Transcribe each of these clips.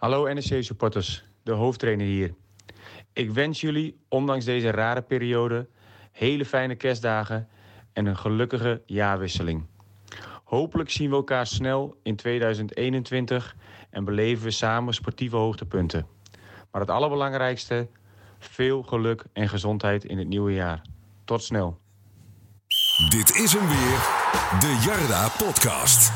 Hallo NEC-supporters, de hoofdtrainer hier. Ik wens jullie, ondanks deze rare periode, hele fijne kerstdagen en een gelukkige jaarwisseling. Hopelijk zien we elkaar snel in 2021 en beleven we samen sportieve hoogtepunten. Maar het allerbelangrijkste, veel geluk en gezondheid in het nieuwe jaar. Tot snel. Dit is hem weer, de Jarda Podcast.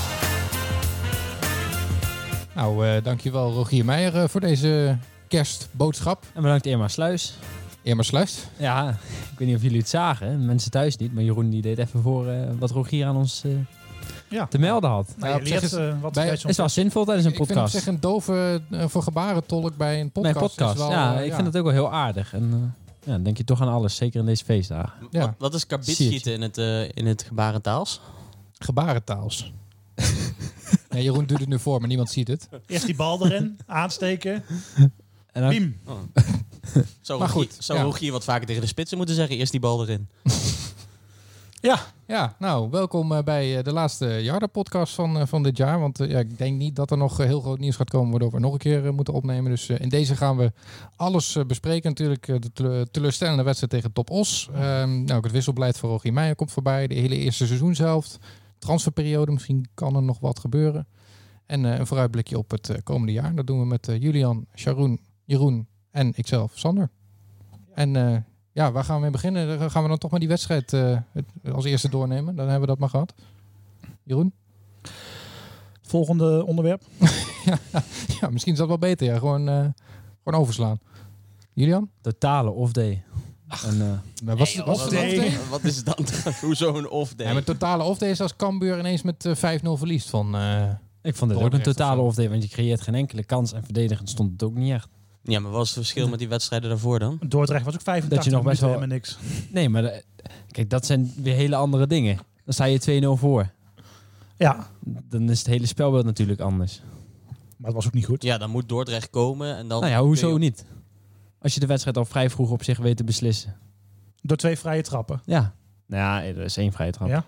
Nou, dankjewel Rogier Meijer voor deze kerstboodschap. En bedankt Irma Sluis. Irma Sluis. Ja, ik weet niet of jullie het zagen. Mensen thuis niet. Maar Jeroen die deed even voor wat Rogier aan ons te melden had. Nou, op zich is wel zinvol tijdens een podcast. Ik vind op zich een dove voor gebarentolk bij een podcast. Bij een podcast, wel, ja. Ik vind het ook wel heel aardig. En dan denk je toch aan alles. Zeker in deze feestdagen. Ja. Wat is karbitschieten in het gebarentaals? Gebarentaals. Ja, Jeroen doet het nu voor, maar niemand ziet het. Eerst die bal erin, aansteken. En dan, Biem. Oh. Zou ja. Rogier wat vaker tegen de spitsen moeten zeggen? Eerst die bal erin. Ja, nou, welkom bij de laatste Jarda-podcast van dit jaar. Want ik denk niet dat er nog heel groot nieuws gaat komen waardoor we nog een keer moeten opnemen. Dus in deze gaan we alles bespreken. Natuurlijk de teleurstellende wedstrijd tegen Top Os. Ook het wisselbeleid van Rogier Meijer komt voorbij. De hele eerste seizoenshelft. Transferperiode, misschien kan er nog wat gebeuren. En een vooruitblikje op het komende jaar. Dat doen we met Julian, Sharon, Jeroen en ikzelf, Sander. En waar gaan we mee beginnen? Dan gaan we dan toch maar die wedstrijd als eerste doornemen. Dan hebben we dat maar gehad. Jeroen? Volgende onderwerp. Ja, misschien is dat wel beter. Ja. Gewoon overslaan. Julian? totale off-day. Wat is een off-day? Wat is dan? Hoezo een off-day? Ja, met totale off-day is als Cambuur ineens met 5-0 verliest van... Ik vond het ook een totale off-day. Want je creëert geen enkele kans. En verdedigend stond het ook niet echt. Ja, maar wat is het verschil met die wedstrijden daarvoor dan? Dordrecht was ook 85 Dat je nog best minuten wel- helemaal niks. Nee, maar kijk, dat zijn weer hele andere dingen. Dan sta je 2-0 voor. Ja, Dan is het hele spelbeeld natuurlijk anders. maar het was ook niet goed. Ja, dan moet Dordrecht komen en dan... Nou ja, hoezo niet? Als je de wedstrijd al vrij vroeg op zich weet te beslissen. Door 2 vrije trappen. Ja. Nou ja, er is 1 vrije trap. Ja.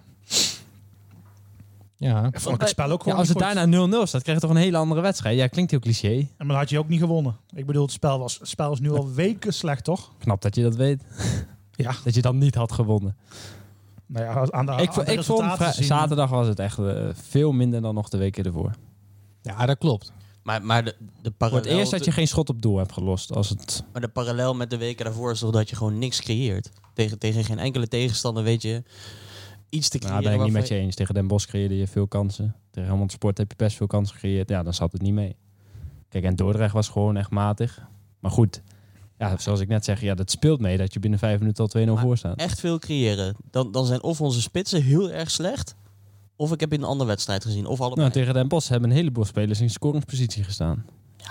Ja, Vond ik het spel ook Ja, gewoon als het niet goed. daarna 0-0 staat, krijg je toch een hele andere wedstrijd. Ja, klinkt heel cliché. En maar dan had je ook niet gewonnen. Ik bedoel, het spel is nu al weken slecht, toch? Knap dat je dat weet. Ja. Dat je dan niet had gewonnen. Nou ja, aan de Ik vond resultaten zien- zaterdag was het echt veel minder dan nog de weken ervoor. ja, dat klopt. Maar de Voor parallel... het eerst dat je geen schot op doel hebt gelost. Als het... Maar de parallel met de weken daarvoor is toch dat je gewoon niks creëert. Tegen geen enkele tegenstander weet je iets te creëren. Nou, ben ik niet met waarvan je eens. Tegen Den Bosch creëerde je veel kansen. Tegen Helmond Sport heb je best veel kansen gecreëerd. Ja, dan zat het niet mee. Kijk, en Dordrecht was gewoon echt matig. Maar goed, ja, zoals ik net zeg, ja, dat speelt mee dat je binnen 5 minuten al 2-0 voor staat. echt veel creëren. Dan zijn of onze spitsen heel erg slecht, of ik heb in een andere wedstrijd gezien. Of allebei. Nou, tegen Den Bosch hebben een heleboel spelers in scoringspositie gestaan.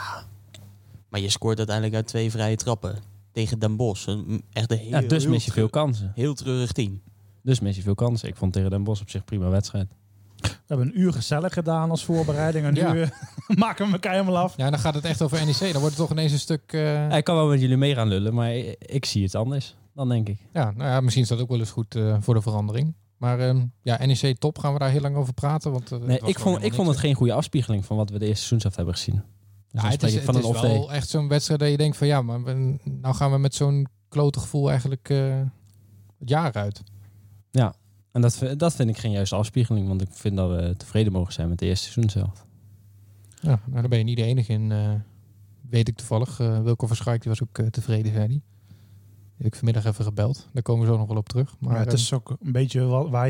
Maar je scoort uiteindelijk uit 2 vrije trappen. Tegen Den Bosch. Echt een heel, Ja, dus heel mis je veel kansen. heel treurig team. Dus mis je veel kansen. Ik vond tegen Den Bosch op zich prima wedstrijd. We hebben een uur gezellig gedaan als voorbereiding. En nu maken we elkaar helemaal af. Ja, dan gaat het echt over NEC. Dan wordt het toch ineens een stuk... Ik kan wel met jullie mee gaan lullen, maar ik zie het anders. Dan denk ik. Ja, nou ja, misschien is dat ook wel eens goed voor de verandering. Maar NEC top, gaan we daar heel lang over praten? Want, Nee, ik vond het geen goede afspiegeling van wat we de eerste seizoenshelft hebben gezien. Dus Ja, dan het spreek is, ik van het een is off-day. wel echt zo'n wedstrijd dat je denkt van ja, maar nou gaan we met zo'n klote gevoel eigenlijk het jaar uit. Ja, en dat vind ik geen juiste afspiegeling, want ik vind dat we tevreden mogen zijn met de eerste seizoenshelft. Ja, nou, daar ben je niet de enige in. Weet ik toevallig. Wilco Verschuik, die was ook tevreden, zei hij. Die heb ik vanmiddag even gebeld. Daar komen we zo nog wel op terug. Maar Maar het is ook een beetje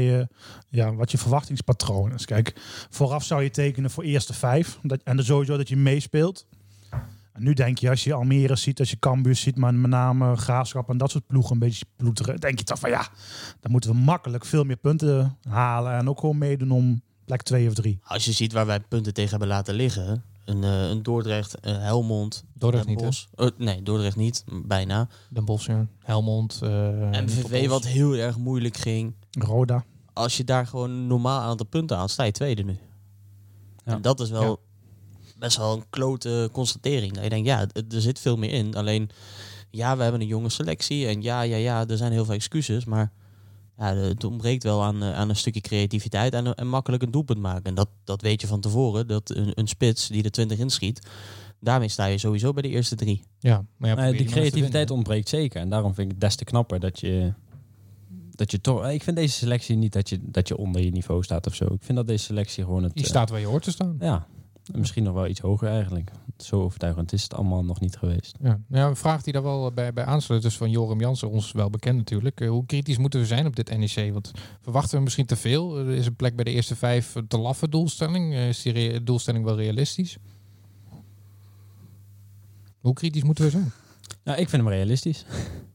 wat je verwachtingspatroon is. Kijk, vooraf zou je tekenen voor eerste 5. En sowieso dat je meespeelt. En nu denk je, als je Almere ziet, als je Cambuur ziet, maar met name Graafschap en dat soort ploegen een beetje ploeteren, denk je toch van ja, dan moeten we makkelijk veel meer punten halen en ook gewoon meedoen om plek 2 of 3. Als je ziet waar wij punten tegen hebben laten liggen. Een Dordrecht, Helmond, Dordrecht Den niet, hè? Bosch. Nee, Dordrecht niet. Bijna. Den Bosch, ja. Helmond. MVV wat heel erg moeilijk ging. Roda. Als je daar gewoon een normaal aantal punten haalt, sta je tweede nu. Ja. En dat is wel best wel een klote constatering. Dat je denkt, ja, er zit veel meer in. Alleen, ja, we hebben een jonge selectie. En ja, er zijn heel veel excuses. Maar ja, het ontbreekt wel aan een stukje creativiteit en makkelijk een doelpunt maken. En dat weet je van tevoren. Dat een spits die er 20 inschiet, Daarmee sta je sowieso bij de eerste 3. Ja, maar ja, Die creativiteit ontbreekt zeker. En daarom vind ik het des te knapper dat je toch... Ik vind deze selectie niet dat je onder je niveau staat of zo. Ik vind dat deze selectie gewoon Je staat waar je hoort te staan. Ja, misschien nog wel iets hoger eigenlijk. Zo overtuigend is het allemaal nog niet geweest. Ja. Nou, een vraag die daar wel bij aansluit, dus van Joram Jansen, ons wel bekend natuurlijk. Hoe kritisch moeten we zijn op dit NEC? Want verwachten we misschien te veel? Er is een plek bij de eerste 5 te laffe doelstelling. Is die doelstelling wel realistisch? Hoe kritisch moeten we zijn? Nou, ik vind hem realistisch.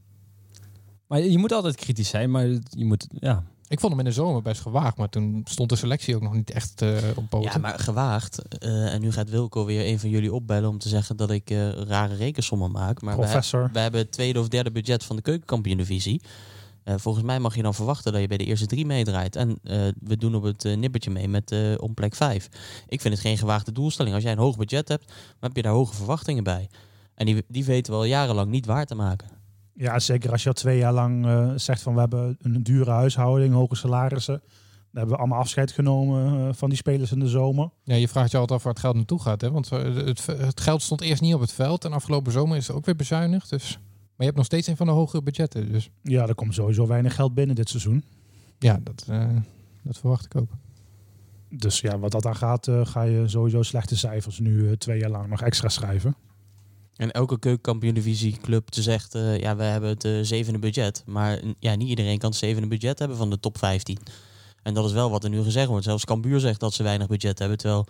Maar je moet altijd kritisch zijn, maar je moet... Ja. Ik vond hem in de zomer best gewaagd, maar toen stond de selectie ook nog niet echt op poten. Ja, maar gewaagd. En nu gaat Wilco weer een van jullie opbellen om te zeggen dat ik rare rekensommen maak. Maar Professor. we hebben het tweede of derde budget van de keukenkampioen-divisie. Volgens mij mag je dan verwachten dat je bij de eerste 3 meedraait. En we doen op het nippertje mee met om plek 5. Ik vind het geen gewaagde doelstelling. Als jij een hoog budget hebt, dan heb je daar hoge verwachtingen bij. En die weten we al jarenlang niet waar te maken. Ja, zeker als je al 2 jaar lang zegt van we hebben een dure huishouding, hoge salarissen. Dan hebben we allemaal afscheid genomen van die spelers in de zomer. Ja, je vraagt je altijd af waar het geld naartoe gaat. Hè? Want het geld stond eerst niet op het veld. En afgelopen zomer is het ook weer bezuinigd. Dus. Maar je hebt nog steeds een van de hogere budgetten. Dus. Ja, er komt sowieso weinig geld binnen dit seizoen. Ja, dat verwacht ik ook. Dus ja, wat dat aan gaat, ga je sowieso slechte cijfers nu 2 jaar lang nog extra schrijven. En elke keukenkampioen-divisieclub te zegt, we hebben het 7e budget. Maar ja, niet iedereen kan het 7e budget hebben van de top 15. En dat is wel wat er nu gezegd wordt. Zelfs Cambuur zegt dat ze weinig budget hebben. Terwijl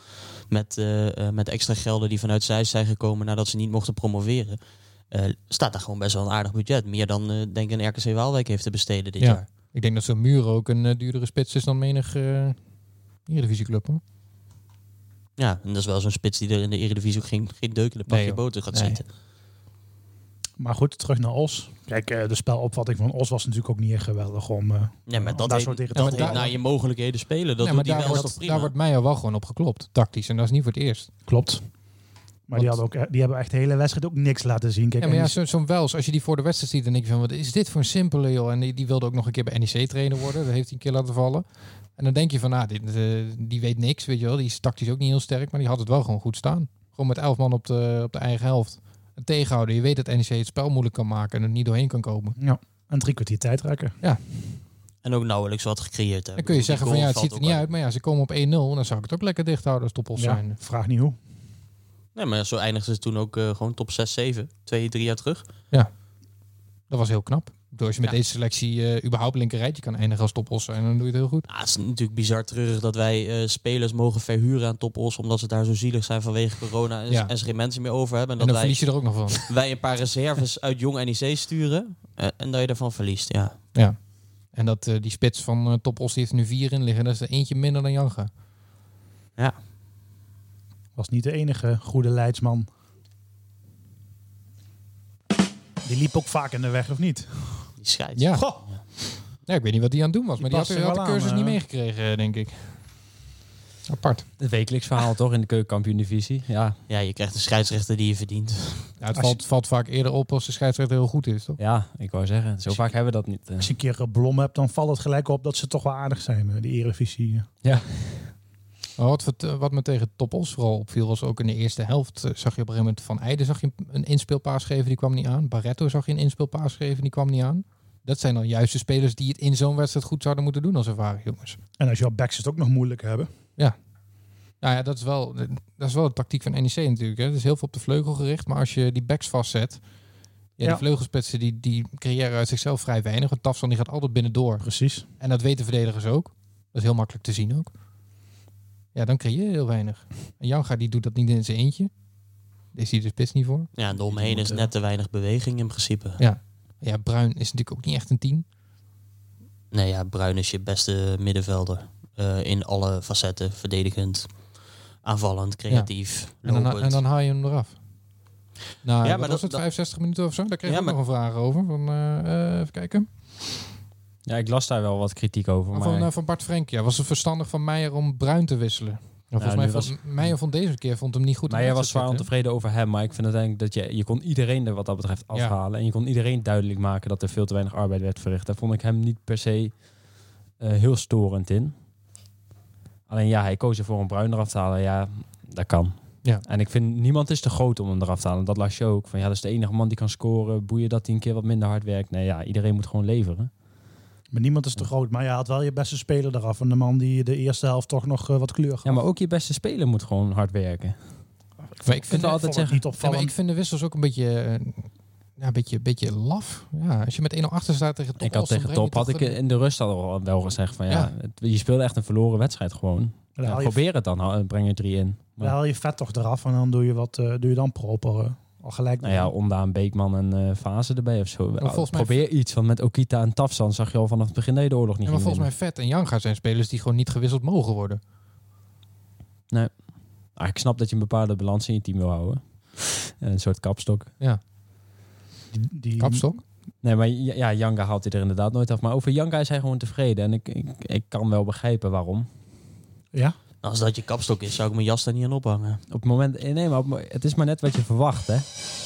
met extra gelden die vanuit Zeist zijn gekomen nadat ze niet mochten promoveren, staat daar gewoon best wel een aardig budget. Meer dan denk ik een RKC Waalwijk heeft te besteden dit jaar. Ik denk dat zo'n Muur ook een duurdere spits is dan menig Eredivisieclub, hoor. Ja, en dat is wel zo'n spits die er in de Eredivisie ook geen deuk in de pakje boter gaat zitten. Maar goed, terug naar Os. Kijk, de spelopvatting van Os was natuurlijk ook niet echt geweldig om maar dat dat soort irritaties naar je mogelijkheden spelen. Dat doet hij wel prima. Daar wordt Meijer wel gewoon op geklopt, tactisch. En dat is niet voor het eerst. Klopt. Maar die hebben echt de hele wedstrijd ook niks laten zien. Kijk, ja, maar zo'n Wels, als je die voor de wedstrijd ziet, dan denk je van, wat is dit voor een simpele, joh. En die wilde ook nog een keer bij NEC trainer worden. Dat heeft hij een keer laten vallen. En dan denk je van, die weet niks, weet je wel. Die is tactisch ook niet heel sterk, maar die had het wel gewoon goed staan. Gewoon met 11 man op de eigen helft. En tegenhouden. Je weet dat NEC het spel moeilijk kan maken en er niet doorheen kan komen. Ja, en 3 kwartier tijd rekken. Ja. En ook nauwelijks wat gecreëerd hebben. Dan kun je zeggen van, ja, het ziet er niet uit. Maar ja, ze komen op 1-0. Dan zou ik het ook lekker dicht houden als Top Os zijn. Vraag niet hoe. Nee, maar zo eindigden ze toen ook gewoon top 6, 7. 2-3 jaar terug. Ja, dat was heel knap. Als je met deze selectie überhaupt linkerrijtje kan eindigen als Top Os zijn, dan doe je het heel goed. Het is natuurlijk bizar treurig dat wij spelers mogen verhuren aan Top Os, omdat ze daar zo zielig zijn vanwege corona en ze geen mensen meer over hebben. En dan verlies je er ook nog van. Wij een paar reserves uit jong NEC sturen en dat je daarvan verliest, ja. En dat die spits van Top Os, die heeft er nu 4 in liggen. Dat is er eentje minder dan Janga. Ja. Was niet de enige goede leidsman. Die liep ook vaak in de weg, of niet? Die scheids. Ja. Ja, ik weet niet wat die aan het doen was, maar die had de cursus niet meegekregen, denk ik. Apart. Het wekelijks verhaal toch in de keukenkampioen-divisie. Ja, je krijgt een scheidsrechter die je verdient. Ja, het valt vaak eerder op als de scheidsrechter heel goed is, toch? Ja, ik wou zeggen, zo vaak hebben we dat niet. Als je een keer een Blom hebt, dan valt het gelijk op dat ze toch wel aardig zijn, die Eredivisie. Ja. Maar wat me tegen Top Os vooral opviel, was ook in de eerste helft. Zag je op een gegeven moment Van Eijden zag je een inspeelpaas geven, die kwam niet aan. Barretto zag je een inspeelpaas geven, die kwam niet aan. Dat zijn dan juist de spelers die het in zo'n wedstrijd goed zouden moeten doen als ervaren jongens. En als jouw backs het ook nog moeilijk hebben. Ja. Nou ja, dat is wel de tactiek van NEC natuurlijk. Hè. Het is heel veel op de vleugel gericht, maar als je die backs vastzet, die vleugelspitsen die creëren uit zichzelf vrij weinig. Want Tafsan die gaat altijd binnendoor. Precies. En dat weten verdedigers ook. Dat is heel makkelijk te zien ook. Ja, dan creëer je heel weinig. En Janga die doet dat niet in zijn eentje. Daar is hij de spits niet voor. Ja, en eromheen is net te weinig beweging in principe. Ja, Bruin is natuurlijk ook niet echt een 10. Nee, ja, Bruin is je beste middenvelder. In alle facetten. Verdedigend, aanvallend, creatief, lopend. En dan haal je hem eraf. Nou, ja, maar was het 65 minuten of zo? Daar kreeg ik nog een vraag over. Even kijken. Ja, ik las daar wel wat kritiek over. Maar... Van Bart Frenk. Ja, was het verstandig van Meijer om Bruin te wisselen? Volgens mij Meijer vond deze keer hem niet goed. Meijer was zwaar ontevreden over hem. Maar ik vind uiteindelijk dat je kon iedereen er wat dat betreft afhalen. Ja. En je kon iedereen duidelijk maken dat er veel te weinig arbeid werd verricht. Daar vond ik hem niet per se heel storend in. Alleen hij koos ervoor om Bruin eraf te halen. Ja, dat kan. Ja. En ik vind, niemand is te groot om hem eraf te halen. Dat las je ook. Van, ja, dat is de enige man die kan scoren. Boeien dat hij een keer wat minder hard werkt. Nee, ja, iedereen moet gewoon leveren. Maar niemand is te groot. Maar je haalt wel je beste speler eraf. En de man die de eerste helft toch nog wat kleur gaf. Ja, maar ook je beste speler moet gewoon hard werken. Ik vind altijd het zeggen- niet Ja, opvallend. maar ik vind de wissels ook een beetje... beetje laf. Ja, als je met 1-0 achter staat tegen Top. Ik had tegen Top, had ik in de rust al wel gezegd van Ja. je speelde echt een verloren wedstrijd gewoon. Dan Ja, haal je, probeer het dan, breng je 3 in. dan Maar, haal je vet toch eraf. En dan doe je dan proper. Al gelijk. nou ja, Ondaan, Beekman en Fase erbij of zo. volgens mij- Probeer iets, want met Okita en Tafsan zag je al vanaf het begin dat je de oorlog niet Ja, maar ging volgens mij Vet en Janga zijn spelers die gewoon niet gewisseld mogen worden. winnen. Ik snap dat je een bepaalde balans in je team wil houden. Een soort kapstok. die Kapstok. Nee, maar ja, Janga haalt hij er inderdaad nooit af. Maar over Janga is hij gewoon tevreden. En ik kan wel begrijpen waarom. Ja? Als dat je kapstok is, zou ik mijn jas daar niet aan ophangen. Op het moment... Nee, maar het is maar net wat je verwacht, hè.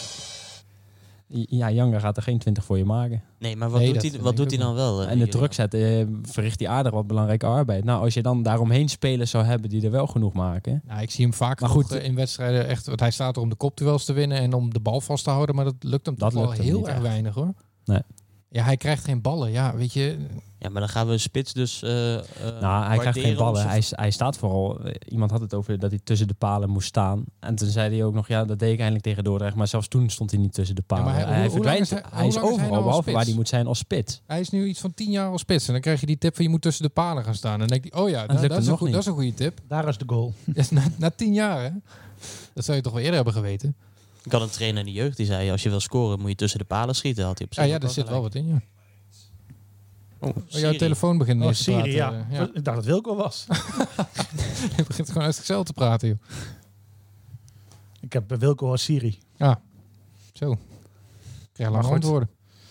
Ja, Janga gaat er geen 20 voor je maken. Nee, maar wat Nee, doet dat hij, denk wat ik doet hij ook dan wel? En de druk zetten verricht hij aardig wat belangrijke arbeid. Nou, als je dan daaromheen spelers zou hebben die er wel genoeg maken... Nou, ik zie hem vaak Maar goed goed, in wedstrijden echt. Want hij staat er om de kopduels te winnen en om de bal vast te houden, maar dat lukt hem Dat toch wel lukt hem heel niet erg echt. weinig hoor. Nee. Ja, hij krijgt geen ballen. Ja, weet je. Ja, maar dan gaan we een spits dus Nou, hij krijgt geen ballen. Hij staat vooral... Iemand had het over dat hij tussen de palen moest staan. En toen zei hij ook nog, ja, dat deed ik eigenlijk tegen Dordrecht. Maar zelfs toen stond hij niet tussen de palen. maar hij hoe lang verdwijnt. is hij- Hij is hoe lang is hij overal, nou als behalve spits? waar hij moet zijn als spits. Hij is nu iets van 10 jaar als spits. En dan krijg je die tip van je moet tussen de palen gaan staan. En dan denk je, oh ja, lukt dat hem is, nog niet. dat is een goede tip. Daar is de goal. Ja, na 10 jaar hè. Dat zou je toch wel eerder hebben geweten. Ik had een trainer in de jeugd die zei, als je wil scoren moet je tussen de palen schieten. Had hij op zich Ja, ook daar zit wel gelijk. wat in, ja. Oh, Oh, jouw Siri. telefoon begint Oh, ineens te Siri, praten. ja. Ja. Ik dacht dat Wilco was. Hij begint gewoon uit zichzelf te praten, joh. Ik heb Wilco als Siri. Ja, zo. Ik krijg lange goed. antwoorden.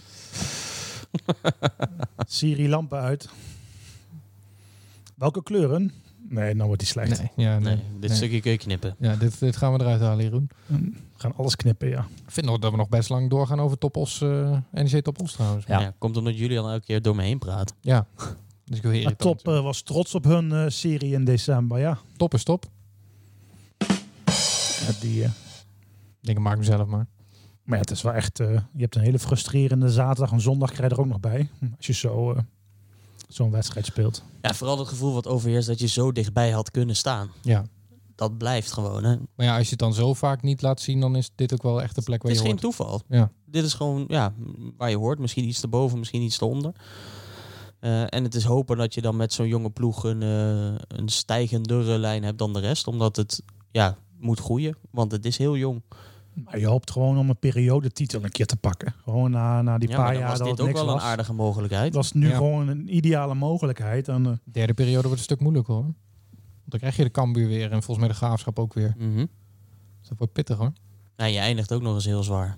Siri lampen uit. Welke kleuren? Nee, nou wordt die slecht. Nee, ja, nee. Nee, dit Nee. stukje kun je knippen. Ja, dit gaan we eruit halen, Jeroen. We gaan alles knippen, ja. Ik vind nog dat we nog best lang doorgaan over Top Os, NEC Top Os trouwens. Ja. Ja, komt omdat jullie al elke keer door me heen praten. Ja. Dus ik wil heel Maar Top was trots op hun serie in december, ja. Top is top. Ja, die, Ik denk, ik maak hem zelf maar. maar ja, het is wel echt... je hebt een hele frustrerende zaterdag en zondag krijg je er ook nog bij. Als je zo'n wedstrijd speelt. Ja, vooral het gevoel wat overheerst dat je zo dichtbij had kunnen staan. Ja. Dat blijft gewoon, hè. Maar ja, als je het dan zo vaak niet laat zien, dan is dit ook wel echt de plek waar Het is je geen hoort. toeval. Ja. Dit is gewoon ja, waar je hoort. Misschien iets erboven, misschien iets eronder. En het is hopen dat je dan met zo'n jonge ploeg een stijgendere lijn hebt dan de rest. Omdat het moet groeien. Want het is heel jong. Maar je hoopt gewoon om een periodetitel een keer te pakken. Gewoon na die Ja, paar maar dan jaar was dat dit het ook niks wel was. een aardige mogelijkheid. Dat is nu Ja. gewoon een ideale mogelijkheid. En, De derde periode wordt een stuk moeilijker hoor. Want dan krijg je de Cambuur weer en volgens mij de Graafschap ook weer. Mhm. Dus dat wordt pittig hoor. Ja, je eindigt ook nog eens heel zwaar.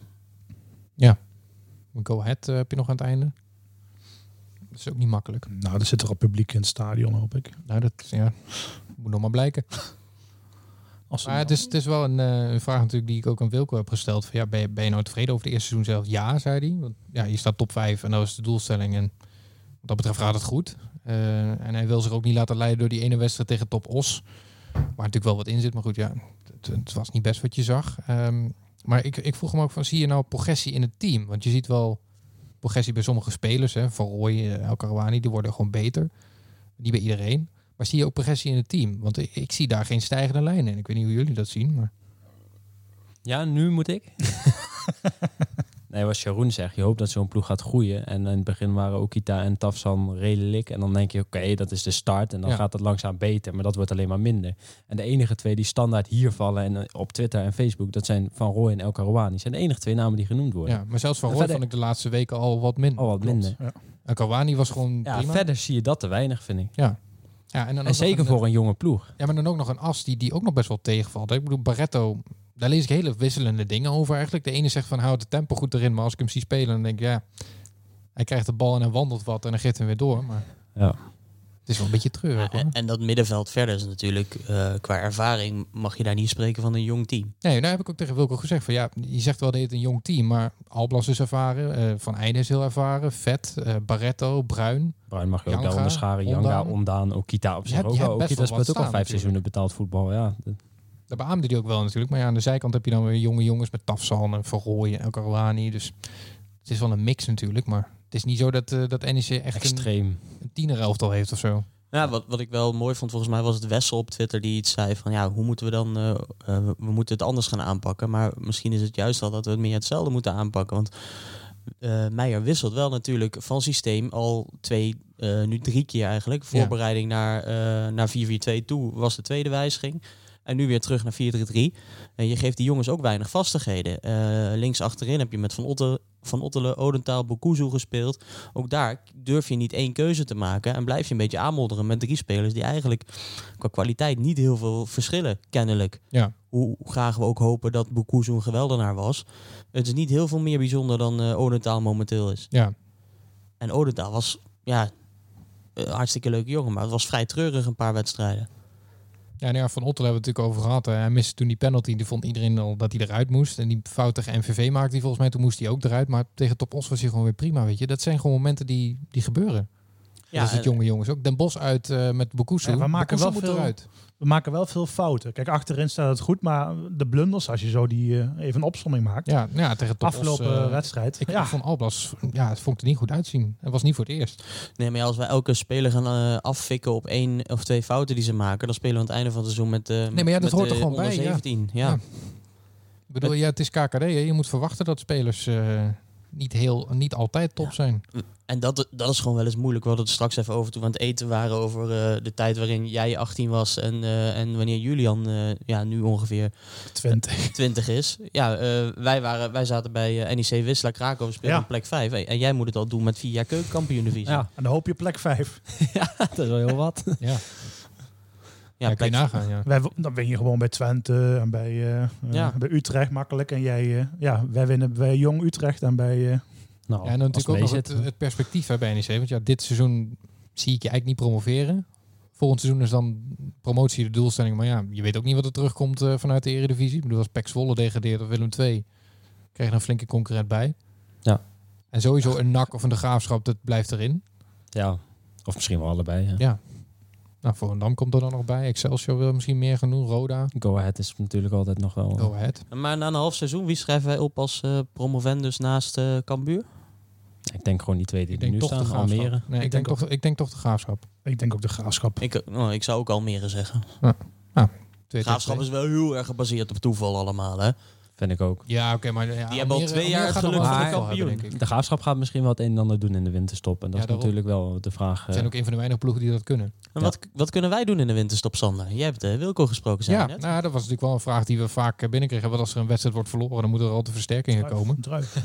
Go Ahead heb je nog aan het einde. Dat is ook niet makkelijk. nou, er zit er al publiek in het stadion, hoop ik. Nou, dat moet nog maar blijken. Als ze Maar het is wel een vraag natuurlijk die ik ook aan Wilco heb gesteld. Van, ja, ben je nou tevreden over het eerste seizoen zelf? Ja, zei hij. Want ja, je staat top 5 en dat is de doelstelling. En wat dat betreft gaat het goed. En hij wil zich ook niet laten leiden door die ene wedstrijd tegen Top Os. Waar natuurlijk wel wat in zit. Maar goed, ja, het was niet best wat je zag. Maar ik vroeg hem ook van, zie je nou progressie in het team? Want je ziet wel progressie bij sommige spelers. Hè, Van Rooij, El Karouani, die worden gewoon beter. Niet bij iedereen. Maar zie je ook progressie in het team? Want ik zie daar geen stijgende lijn in. Ik weet niet hoe jullie dat zien. Maar... Ja, nu moet ik. Nee, wat Sharon zegt, je hoopt dat zo'n ploeg gaat groeien. En in het begin waren Okita en Tafsan redelijk. En dan denk je, oké, dat is de start. En dan gaat het langzaam beter, maar dat wordt alleen maar minder. En de enige twee die standaard hier vallen en op Twitter en Facebook, dat zijn Van Rooij en El Karouani. zijn de enige twee namen die genoemd worden. Ja, maar zelfs Van En Rooij verder- vond ik de laatste weken al wat minder. Al wat Klopt, minder. ja. En Karouani was gewoon Ja, prima. verder zie je dat te weinig, vind ik. Ja, en, dan En ook zeker nog een, voor een jonge ploeg. Ja, maar dan ook nog een as die ook nog best wel tegenvalt. Hè. Ik bedoel, Barretto, daar lees ik hele wisselende dingen over eigenlijk. De ene zegt van, houd het tempo goed erin. Maar als ik hem zie spelen, dan denk ik, ja, hij krijgt de bal en hij wandelt wat en dan geeft hem weer door. Maar Ja. het is wel een beetje treurig hoor. En dat middenveld verder is natuurlijk, qua ervaring mag je daar niet spreken van een jong team. Nee, nou heb ik ook tegen Wilco gezegd van ja, je zegt wel dat je het een jong team, maar Alblas is ervaren, Van Eijden is heel ervaren, Vet, Barretto, Bruin. Bruin mag je ook Janga, daar onderscharen. Janga, Ondaan. Ondaan, Okita op zich Je hebt ook wel. best Okita wel wat speelt ook al staan 5 seizoenen betaald voetbal. Ja. Dat beaamde hij ook wel natuurlijk. Maar ja, aan de zijkant heb je dan weer jonge jongens met Tafsan en Van Rooyen en El Karouani. Dus het is wel een mix natuurlijk. Maar het is niet zo dat NEC echt Extreem. een tienerelftal heeft of zo. Ja, wat ik wel mooi vond, volgens mij was het Wessel op Twitter die iets zei van ja, hoe moeten we dan, we moeten het anders gaan aanpakken. Maar misschien is het juist al dat we het meer hetzelfde moeten aanpakken. Want Meijer wisselt wel natuurlijk van systeem al nu 3 keer eigenlijk. Voorbereiding naar 4-4-2 toe was de tweede wijziging. En nu weer terug naar 4-3-3. En je geeft die jongens ook weinig vastigheden. Links achterin heb je met Van Ottelen, Odentaal, Bokuzu gespeeld. Ook daar durf je niet 1 keuze te maken. En blijf je een beetje aanmodderen met 3 spelers die eigenlijk qua kwaliteit niet heel veel verschillen, kennelijk. Ja. Hoe graag we ook hopen dat Bokuzu een geweldenaar was. Het is niet heel veel meer bijzonder dan Odentaal momenteel is. Ja. En Odentaal was een hartstikke leuke jongen. Maar het was vrij treurig een paar wedstrijden. Ja, nou ja, Van Ottelen hebben we het natuurlijk over gehad. Hij miste toen die penalty. Die vond iedereen al dat hij eruit moest. En die fout tegen MVV maakte hij volgens mij. Toen moest hij ook eruit. Maar tegen Top Os was hij gewoon weer prima, weet je. Dat zijn gewoon momenten die gebeuren. Ja, dat is het jonge jongens ook. Den Bosch uit met Bokuzu. Ja, we maken wel eruit. veel fouten. Kijk, achterin staat het goed, maar de blunders, als je zo even een opsomming maakt. Ja, tegen Top Os. Afgelopen wedstrijd. Ik vond Alblas, het vond er niet goed uitzien. Het was niet voor het eerst. Nee, maar als wij elke speler gaan affikken op 1 of 2 fouten die ze maken, dan spelen we aan het einde van het seizoen met nee, maar ja, dat hoort er gewoon bij. 17. Ja. Ik bedoel, het is KKD. Hè? Je moet verwachten dat spelers niet altijd top zijn. En dat is gewoon wel eens moeilijk. We hadden het straks even over toen we aan het eten waren over de tijd waarin jij 18 was en wanneer Julian nu ongeveer 20 is. Ja, wij zaten bij NEC Wisla Krakow, spelen op plek 5. En jij moet het al doen met 4 jaar keukenkampioen-divisie. Ja, en dan hoop je plek 5. Ja, dat is wel heel wat. Ja. Ja, kan je nagaan, ja. Dan win je gewoon bij Twente en bij Utrecht makkelijk. En wij winnen bij Jong Utrecht en bij... en dan natuurlijk ook nog het perspectief bij NEC. Want ja, dit seizoen zie ik je eigenlijk niet promoveren. Volgend seizoen is dan promotie de doelstelling. Maar ja, je weet ook niet wat er terugkomt vanuit de Eredivisie. Ik bedoel, als PEC Zwolle degradeert of Willem II, krijg je een flinke concurrent bij. Ja. En sowieso een NAC of een De Graafschap, dat blijft erin. Ja, of misschien wel allebei. Ja. Nou, Volendam komt er dan nog bij. Excelsior wil misschien meer gaan doen. Roda. Go Ahead is natuurlijk altijd nog wel... Go Ahead. Maar na een half seizoen, wie schrijven wij op als promovendus naast Cambuur? Ik denk gewoon die twee die er nu staan. Almere. Nee, ik denk toch de Graafschap. Ik denk ook de Graafschap. Ik zou ook Almere zeggen. Graafschap is wel heel erg gebaseerd op toeval allemaal, hè? Vind ik ook. Ja, oké, maar... die hebben al 2 jaar het geluk van de kampioen. De Graafschap gaat misschien wel het een en ander doen in de winterstop. En dat is natuurlijk wel de vraag. We zijn ook een van de weinige ploegen die dat kunnen. En wat kunnen wij doen in de winterstop, Sander? Jij hebt Wilco gesproken, zei net. Nou, dat was natuurlijk wel een vraag die we vaak binnenkregen. Wat als er een wedstrijd wordt verloren, dan moeten er altijd versterkingen komen.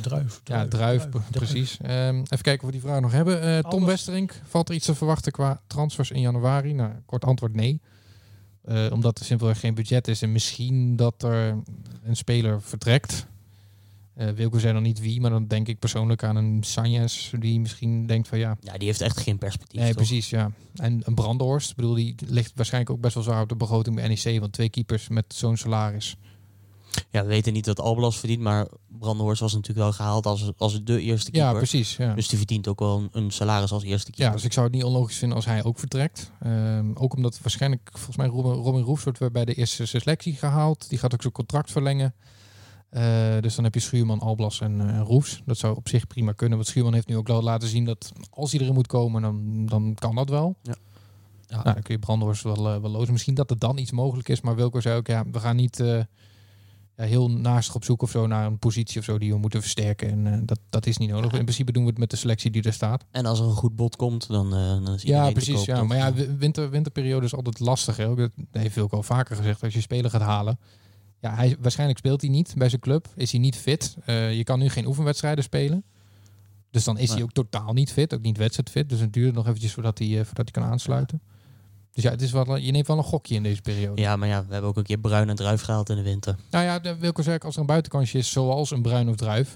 Druif, precies. Even kijken of we die vraag nog hebben. Tom Westerink, valt er iets te verwachten qua transfers in januari? Nou, kort antwoord nee. Omdat er simpelweg geen budget is en misschien dat er een speler vertrekt. Wilco zei nog niet wie, maar dan denk ik persoonlijk aan een Sanjes die misschien denkt van ja... Ja, die heeft echt geen perspectief. Nee, toch? precies, ja. En een Brandenhorst, bedoel, die ligt waarschijnlijk ook best wel zwaar op de begroting bij NEC, want 2 keepers met zo'n salaris. Ja, we weten niet wat Alblas verdient, maar Brandenhorst was natuurlijk wel gehaald als de eerste keeper. Ja, precies. Ja. Dus die verdient ook wel een salaris als eerste keeper. Ja, dus ik zou het niet onlogisch vinden als hij ook vertrekt. Ook omdat waarschijnlijk, volgens mij, Robin Roefs wordt weer bij de eerste selectie gehaald. Die gaat ook zijn contract verlengen. Dus dan heb je Schuurman, Alblas en Roefs. Dat zou op zich prima kunnen. Want Schuurman heeft nu ook wel laten zien dat als hij erin moet komen, dan kan dat wel. Ja. Nou, dan kun je Brandenhorst wel lozen. Misschien dat er dan iets mogelijk is. Maar Wilco zei ook, we gaan niet... heel naastig op zoek of zo naar een positie of zo die we moeten versterken. En dat is niet nodig. In principe doen we het met de selectie die er staat. En als er een goed bod komt, dan is iedereen precies, te koop, toch? Maar ja, winterperiode is altijd lastig. Hè? Dat heeft Wilco al vaker gezegd. Als je speler gaat halen. Ja, waarschijnlijk speelt hij niet bij zijn club. Is hij niet fit. Je kan nu geen oefenwedstrijden spelen. Dus dan is hij ook totaal niet fit. Ook niet wedstrijdfit. Dus het duurt nog eventjes voordat hij kan aansluiten. Dus ja, het is wel, je neemt wel een gokje in deze periode. Ja, maar ja, we hebben ook een keer Bruin en Druif gehaald in de winter. Nou ja, Wilco zei, als er een buitenkansje is zoals een Bruin of Druif,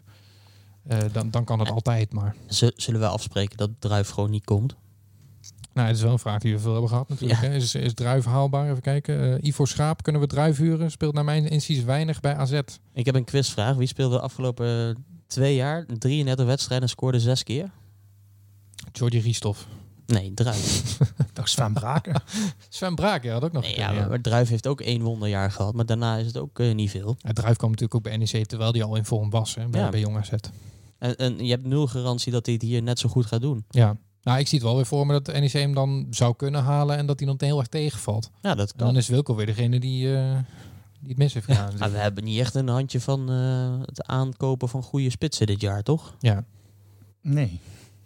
dan kan dat altijd. Maar Zullen we afspreken dat Druif gewoon niet komt? Nou, het is wel een vraag die we veel hebben gehad natuurlijk. Ja. Hè. Is Druif haalbaar? Even kijken. Ivo Schaap, kunnen we Druif huren? Speelt naar mijn inziens weinig bij AZ. Ik heb een quizvraag. Wie speelde de afgelopen 2 jaar 33 wedstrijden en scoorde 6 keer? Jordi Riesthoff. Nee, Druif. Dat is Sven Braken. Sven Braak, had ook nog Nee, gekund, ja, maar Druif heeft ook 1 wonderjaar gehad. Maar daarna is het ook niet veel. Ja, Druif kwam natuurlijk ook bij NEC terwijl hij al in vorm was hè, bij, Ja. bij Jong AZ. En je hebt 0 garantie dat hij het hier net zo goed gaat doen. Ja. Nou, ik zie het wel weer voor me dat de NEC hem dan zou kunnen halen en dat hij dan heel erg tegenvalt. Ja, dat En kan. dan is Wilco weer degene die het mis heeft gedaan. Maar we hebben niet echt een handje van het aankopen van goede spitsen dit jaar, toch? Ja, Nee.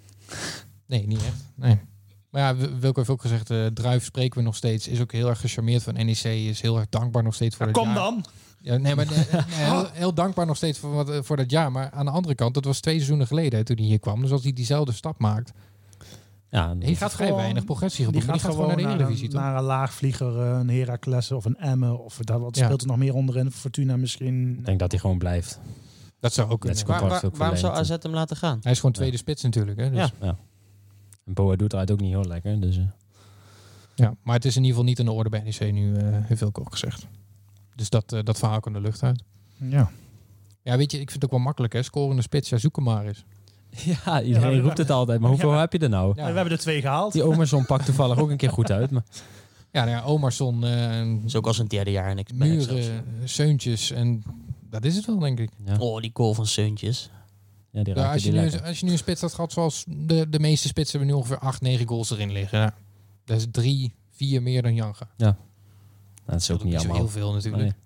nee, niet echt. Nee. Maar ja, Wilco heeft ook gezegd, Druif spreken we nog steeds. Is ook heel erg gecharmeerd van NEC. Is heel erg dankbaar nog steeds voor Ja, dat kom jaar. dan. Ja, nee, maar heel dankbaar nog steeds voor dat jaar. Maar aan de andere kant, dat was 2 seizoenen geleden hè, toen hij hier kwam. Dus als hij diezelfde stap maakt, Ja, hij gaat vrij gewoon- weinig progressie Die geboekt. Maar gaat die gaat gewoon naar de Eredivisie, toch? naar een laagvlieger, een Heracles of een Emmen. Of daar wat Ja. speelt er nog meer onderin. Fortuna misschien. ik denk dat hij gewoon blijft. Dat zou ook kunnen. Net zo goed. Contract ook Waarom zou AZ verlengd. hem laten gaan? Hij is gewoon tweede spits natuurlijk. Hè, dus. Ja. En Boa doet eruit ook niet heel lekker. Dus, Ja, maar het is in ieder geval niet aan de orde bij NEC nu, heeft Wilco ook gezegd. Dus dat verhaal kan de lucht uit. Ja. Ja, weet je, ik vind het ook wel makkelijk, hè. Scorende spits, ja, zoek hem maar eens. ja, iedereen Ja, roept het altijd. Maar hoeveel heb je er nou? Ja. We hebben er 2 gehaald. Die Omerson pakt toevallig ook een keer goed uit. Maar Ja, nou ja, Omarsson, is ook al zijn 3e jaar en ik ben het zelfs. Muren, Seuntjes en dat is het wel, denk ik. ja, Oh, die goal van Seuntjes. ja, die Ja, raakte die lekker. als je nu een spits had gehad zoals de meeste spitsen hebben nu ongeveer 8, 9 goals erin liggen. Ja. Dat is 3, 4 meer dan Janga. Nou, dat is ook Dat niet is zo allemaal. heel veel natuurlijk. Nee.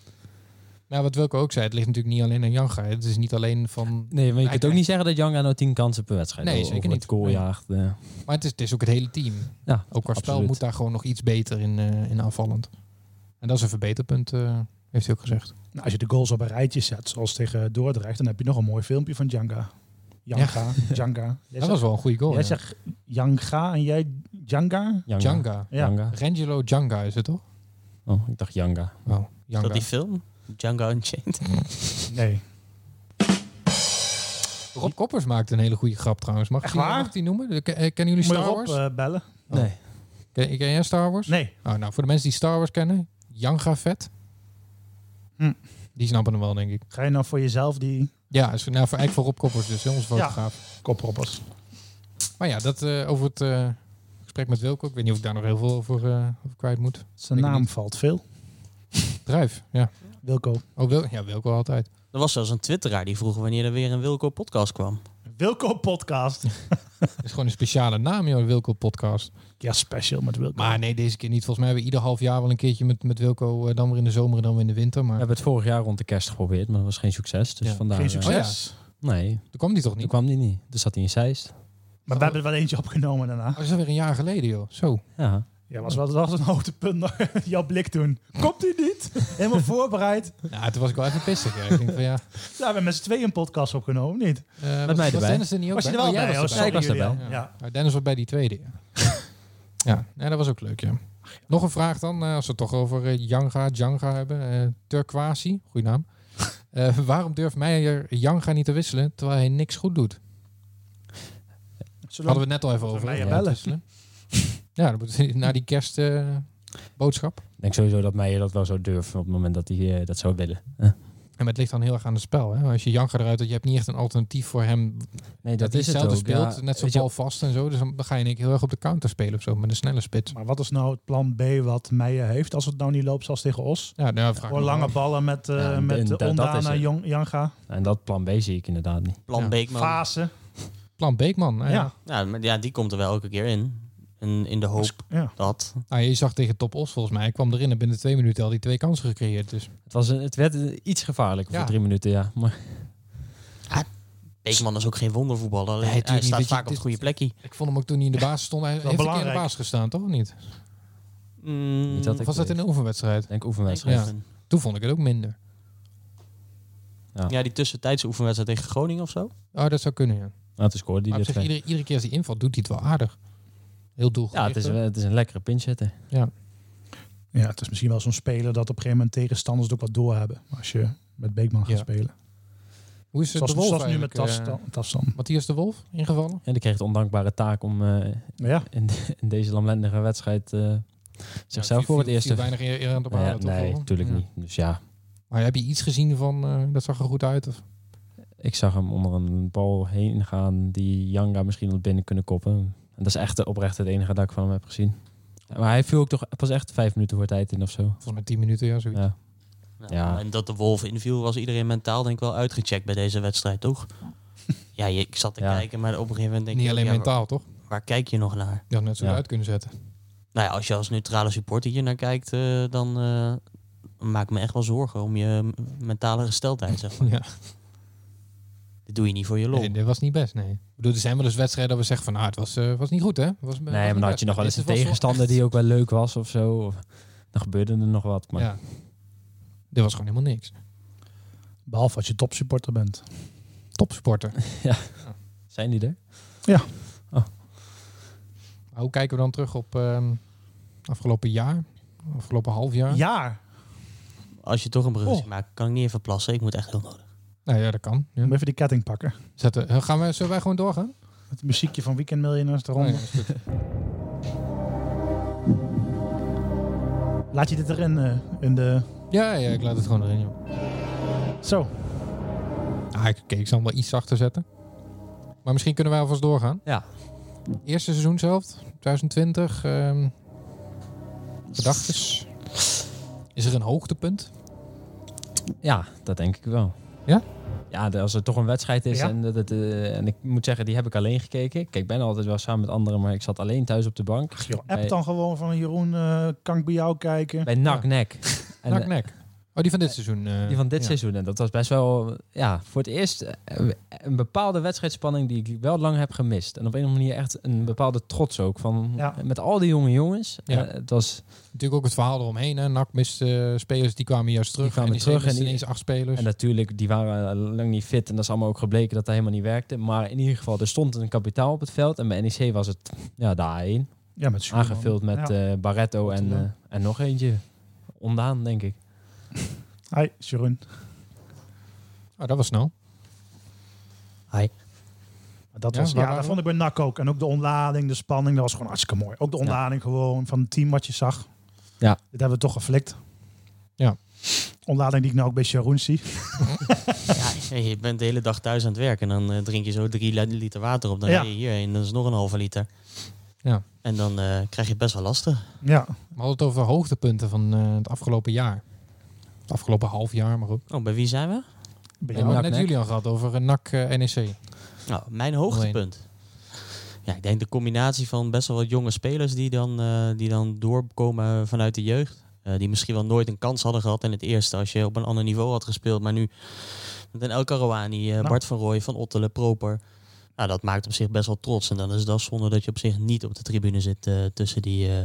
Maar wat Wilco ook zei, het ligt natuurlijk niet alleen aan Janga. Het is niet alleen van... Nee, maar je Hij kunt ook niet zeggen dat Janga nou 10 kansen per wedstrijd Nee, over zeker het niet. goal Nee. jaagt. Maar het is ook het hele team. Ja, Ook qua spel absoluut. moet daar gewoon nog iets beter in aanvallend. En dat is een verbeterpunt, heeft hij ook gezegd. Nou, als je de goals op een rijtje zet, zoals tegen Dordrecht, dan heb je nog een mooi filmpje van Djanga. Janga. Jij Dat was wel een goede goal. Jij ja. zegt Janga en jij Djanga? Djanga. Ja. Janga. Rangelo Djanga is het toch? Oh, ik dacht Janga. Oh, Is Djanga. dat die film? Django Unchained. Nee. Rob Koppers maakte een hele goede grap trouwens. Mag Echt ik waar? die noemen? Kennen jullie Moet je Star Rob Wars? bellen? Nee. Ken jij Star Wars? Nee. Oh, nou, voor de mensen die Star Wars kennen, Jango Fett. Hm. Die snappen hem wel, denk ik. Ga je nou voor jezelf die Ja, is eigenlijk voor Rob Koppers, dus hè, onze fotograaf. koproppers? Maar ja, dat over het gesprek met Wilco. Ik weet niet of ik daar nog heel veel over kwijt moet. Zijn Denk ik naam niet. valt veel. Druif, ja. Wilco. Oh, Wilco altijd. Er was zelfs een twitteraar die vroeg wanneer er weer een Wilco-podcast kwam. Wilco podcast. Dat is gewoon een speciale naam, joh, Wilco podcast. Ja, special met Wilco. Maar nee, deze keer niet. Volgens mij hebben we ieder half jaar wel een keertje met Wilco. Dan weer in de zomer en dan weer in de winter. Maar We hebben het vorig jaar rond de kerst geprobeerd, maar dat was geen succes. Dus Ja, vandaar. Geen succes. Nee, toen kwam die toch toen niet? kwam die niet. Dus zat hij in Zeist. Maar we hebben er wel eentje opgenomen daarna. Oh, dat is alweer een jaar geleden, joh. Zo. Ja. Ja, dat was een hoogtepunt nog. Jouw blik toen. Komt hij niet? Helemaal voorbereid. Ja, toen was ik wel even pissig. Ja. Ik denk van ja. Ja, we hebben met z'n tweeën een podcast opgenomen, niet? Was mij erbij. Dennis er niet ook Was je er bij? wel Oh, jij bij? was Oh, erbij. Ja, ik was sorry, erbij. jullie, ja. Nou, Dennis was bij die tweede. Ja, ja. Nee, dat was ook leuk, ja. Nog een vraag dan, als we het toch over Djanga hebben. Turkwasi, goeie naam. Waarom durft Meijer Djanga niet te wisselen, terwijl hij niks goed doet? Zullen Hadden we het net al even over. Meijer hè, bellen? wisselen. Ja, dat moet na die kerstboodschap. Ik denk sowieso dat Meijer dat wel zou durven op het moment dat hij dat zou willen. En het ligt dan heel erg aan het spel. Hè? Als je Djanga eruit hebt, je hebt niet echt een alternatief voor hem. Nee, Dat hij is het hetzelfde ook. speelt, Ja, net zo weet je, bal vast en zo. Dus dan ga je in één keer heel erg op de counter spelen of zo, met een snelle spits. Maar wat is nou het plan B wat Meijer heeft als het nou niet loopt zoals tegen Os? Ja, nou, vraag Gewoon me lange af. ballen met, Ja, en dat is Ondana, het. Janga. En dat plan B zie ik inderdaad niet. Plan Ja. Beekman. Fase. Plan Beekman. Nou, ja. Ja. Ja, maar ja, die komt er wel elke keer in. En in de hoop Ja. dat... Nou, je zag tegen Top Os volgens mij. Hij kwam erin en binnen 2 minuten had hij 2 kansen gecreëerd. Dus Het werd iets gevaarlijker Ja. voor 3 minuten, ja. Maar Beekman is ook geen wondervoetballer. Alleen Nee, hij tuurlijk niet. staat Weet je, vaak op het dit- goede plekje. ik vond hem ook toen hij in de basis stond. Hij heeft een keer in de belangrijk. basis gestaan, toch? Of niet? Niet dat Of ik was dat in weet. een oefenwedstrijd? Ik denk oefenwedstrijd. Ja. Toen vond ik het ook minder. Ja, die tussentijdse oefenwedstrijd tegen Groningen of zo. Oh, dat zou kunnen, ja. Nou, toen scoorde hij Maar op dit. zich, iedere keer als hij invalt, doet hij het wel aardig. Heel doelgericht. Ja, het is een lekkere pinchetter. Ja, het is misschien wel zo'n speler dat op een gegeven moment tegenstanders het ook wat doorhebben. Als je met Beekman gaat Ja. spelen. Hoe is het de Wolf Zoals nu met eigenlijk? Tassan. Matthias de Wolf ingevallen? En die kreeg de ondankbare taak om Ja, in deze lamlendige wedstrijd zichzelf voor het eerst te... weinig eer aan de Nou baan. ja, nee, natuurlijk niet. Dus ja, Maar heb je iets gezien van, dat zag er goed uit? Of? ik zag hem onder een bal heen gaan die Janga misschien wat binnen kunnen koppen. En dat is echt oprecht het enige dat ik van hem heb gezien. Maar hij viel ook toch pas echt 5 minuten voor tijd in of zo. Volgens mij 10 minuten, ja, zoiets. Ja. Nou, Ja. En dat de Wolf inviel, was iedereen mentaal denk ik wel uitgecheckt bij deze wedstrijd, toch? Ja, ik zat te kijken, maar op een gegeven moment denk Niet ik... alleen ja, mentaal, toch? Waar kijk je nog naar? Je had net zo Ja. uit kunnen zetten. Nou ja, als je als neutrale supporter hier naar kijkt, dan maak ik me echt wel zorgen om je mentale gesteldheid, zeg maar. Ja. Dit doe je niet voor je lol. Nee, dit was niet best, nee. Ik bedoel, er zijn wel eens wedstrijden dat we zeggen van, het was niet goed, hè? Nee, maar dan had je nog wel eens een tegenstander die ook wel leuk was of zo. Of, dan gebeurde er nog wat. Maar Ja. Dit was gewoon helemaal niks. Behalve als je topsupporter bent. Topsporter. zijn die er? Maar hoe kijken we dan terug op afgelopen jaar? Afgelopen half jaar? Ja, Als je toch een bruggetje maakt, kan ik niet even plassen. Ik moet echt heel nodig. Nou ja, dat kan. Ja. moet even die ketting pakken. Zullen wij gewoon doorgaan? Het muziekje van Weekend Millionaires eronder. Oh, ja, is goed. Laat je dit erin in de... Ja, ik laat het gewoon erin, joh. Zo. Ik zal hem wel iets zachter zetten. Maar misschien kunnen wij alvast doorgaan. Ja. Eerste seizoen zelf, 2020. Gedachtes. Is er een hoogtepunt? Ja, dat denk ik wel. Ja? Ja, als er toch een wedstrijd is Ja. en ik moet zeggen, die heb ik alleen gekeken. Kijk, ik ben altijd wel samen met anderen, maar ik zat alleen thuis op de bank. Ach, joh, app dan gewoon van Jeroen, kan ik bij jou kijken? Bij NAC-NEC. En, Nak-nek. Oh, die van dit seizoen. Die van dit ja. seizoen. En dat was best wel, voor het eerst een bepaalde wedstrijdspanning die ik wel lang heb gemist. En op een of andere manier echt een bepaalde trots ook. Met al die jonge jongens. Ja. Het was... Natuurlijk ook het verhaal eromheen. Hè. NAC miste spelers, die kwamen juist terug. Die kwamen en die terug en misten die- ineens 8 spelers. En natuurlijk, die waren lang niet fit. En dat is allemaal ook gebleken dat dat helemaal niet werkte. Maar in ieder geval, er stond een kapitaal op het veld. En bij NEC was het de A1. Ja, met Schuurman. Aangevuld met Barretto en nog eentje. Ondaan, denk ik. Hi, Jeroen. Oh, dat was snel. Maar dat Ja, was, waar dat waren vond ik bij NAC ook. En ook de ontlading, de spanning, dat was gewoon hartstikke mooi. Ook de ontlading gewoon van het team wat je zag. Ja. Dit hebben we toch geflikt. Ja. Ontlading die ik nou ook bij Jeroen zie. Ja, je bent de hele dag thuis aan het werk en dan drink je zo 3 liter water op. Dan Ja. rij je hierheen, dat is nog een halve liter. Ja. En dan krijg je het best wel lastig. Ja. We hadden het over de hoogtepunten van het afgelopen jaar. Het afgelopen half jaar, maar ook. Oh, bij wie zijn we? Bij We jou. hebben NAC, net NEC. Julian gehad over NAC NEC. Nou, mijn hoogtepunt. Ja, ik denk de combinatie van best wel wat jonge spelers die dan doorkomen vanuit de jeugd. Die misschien wel nooit een kans hadden gehad in het eerste als je op een ander niveau had gespeeld. Maar nu met een El Karouani, Bart van Rooij, Van Ottelen, Proper. Nou, dat maakt op zich best wel trots. En dan is dat zonde dat je op zich niet op de tribune zit tussen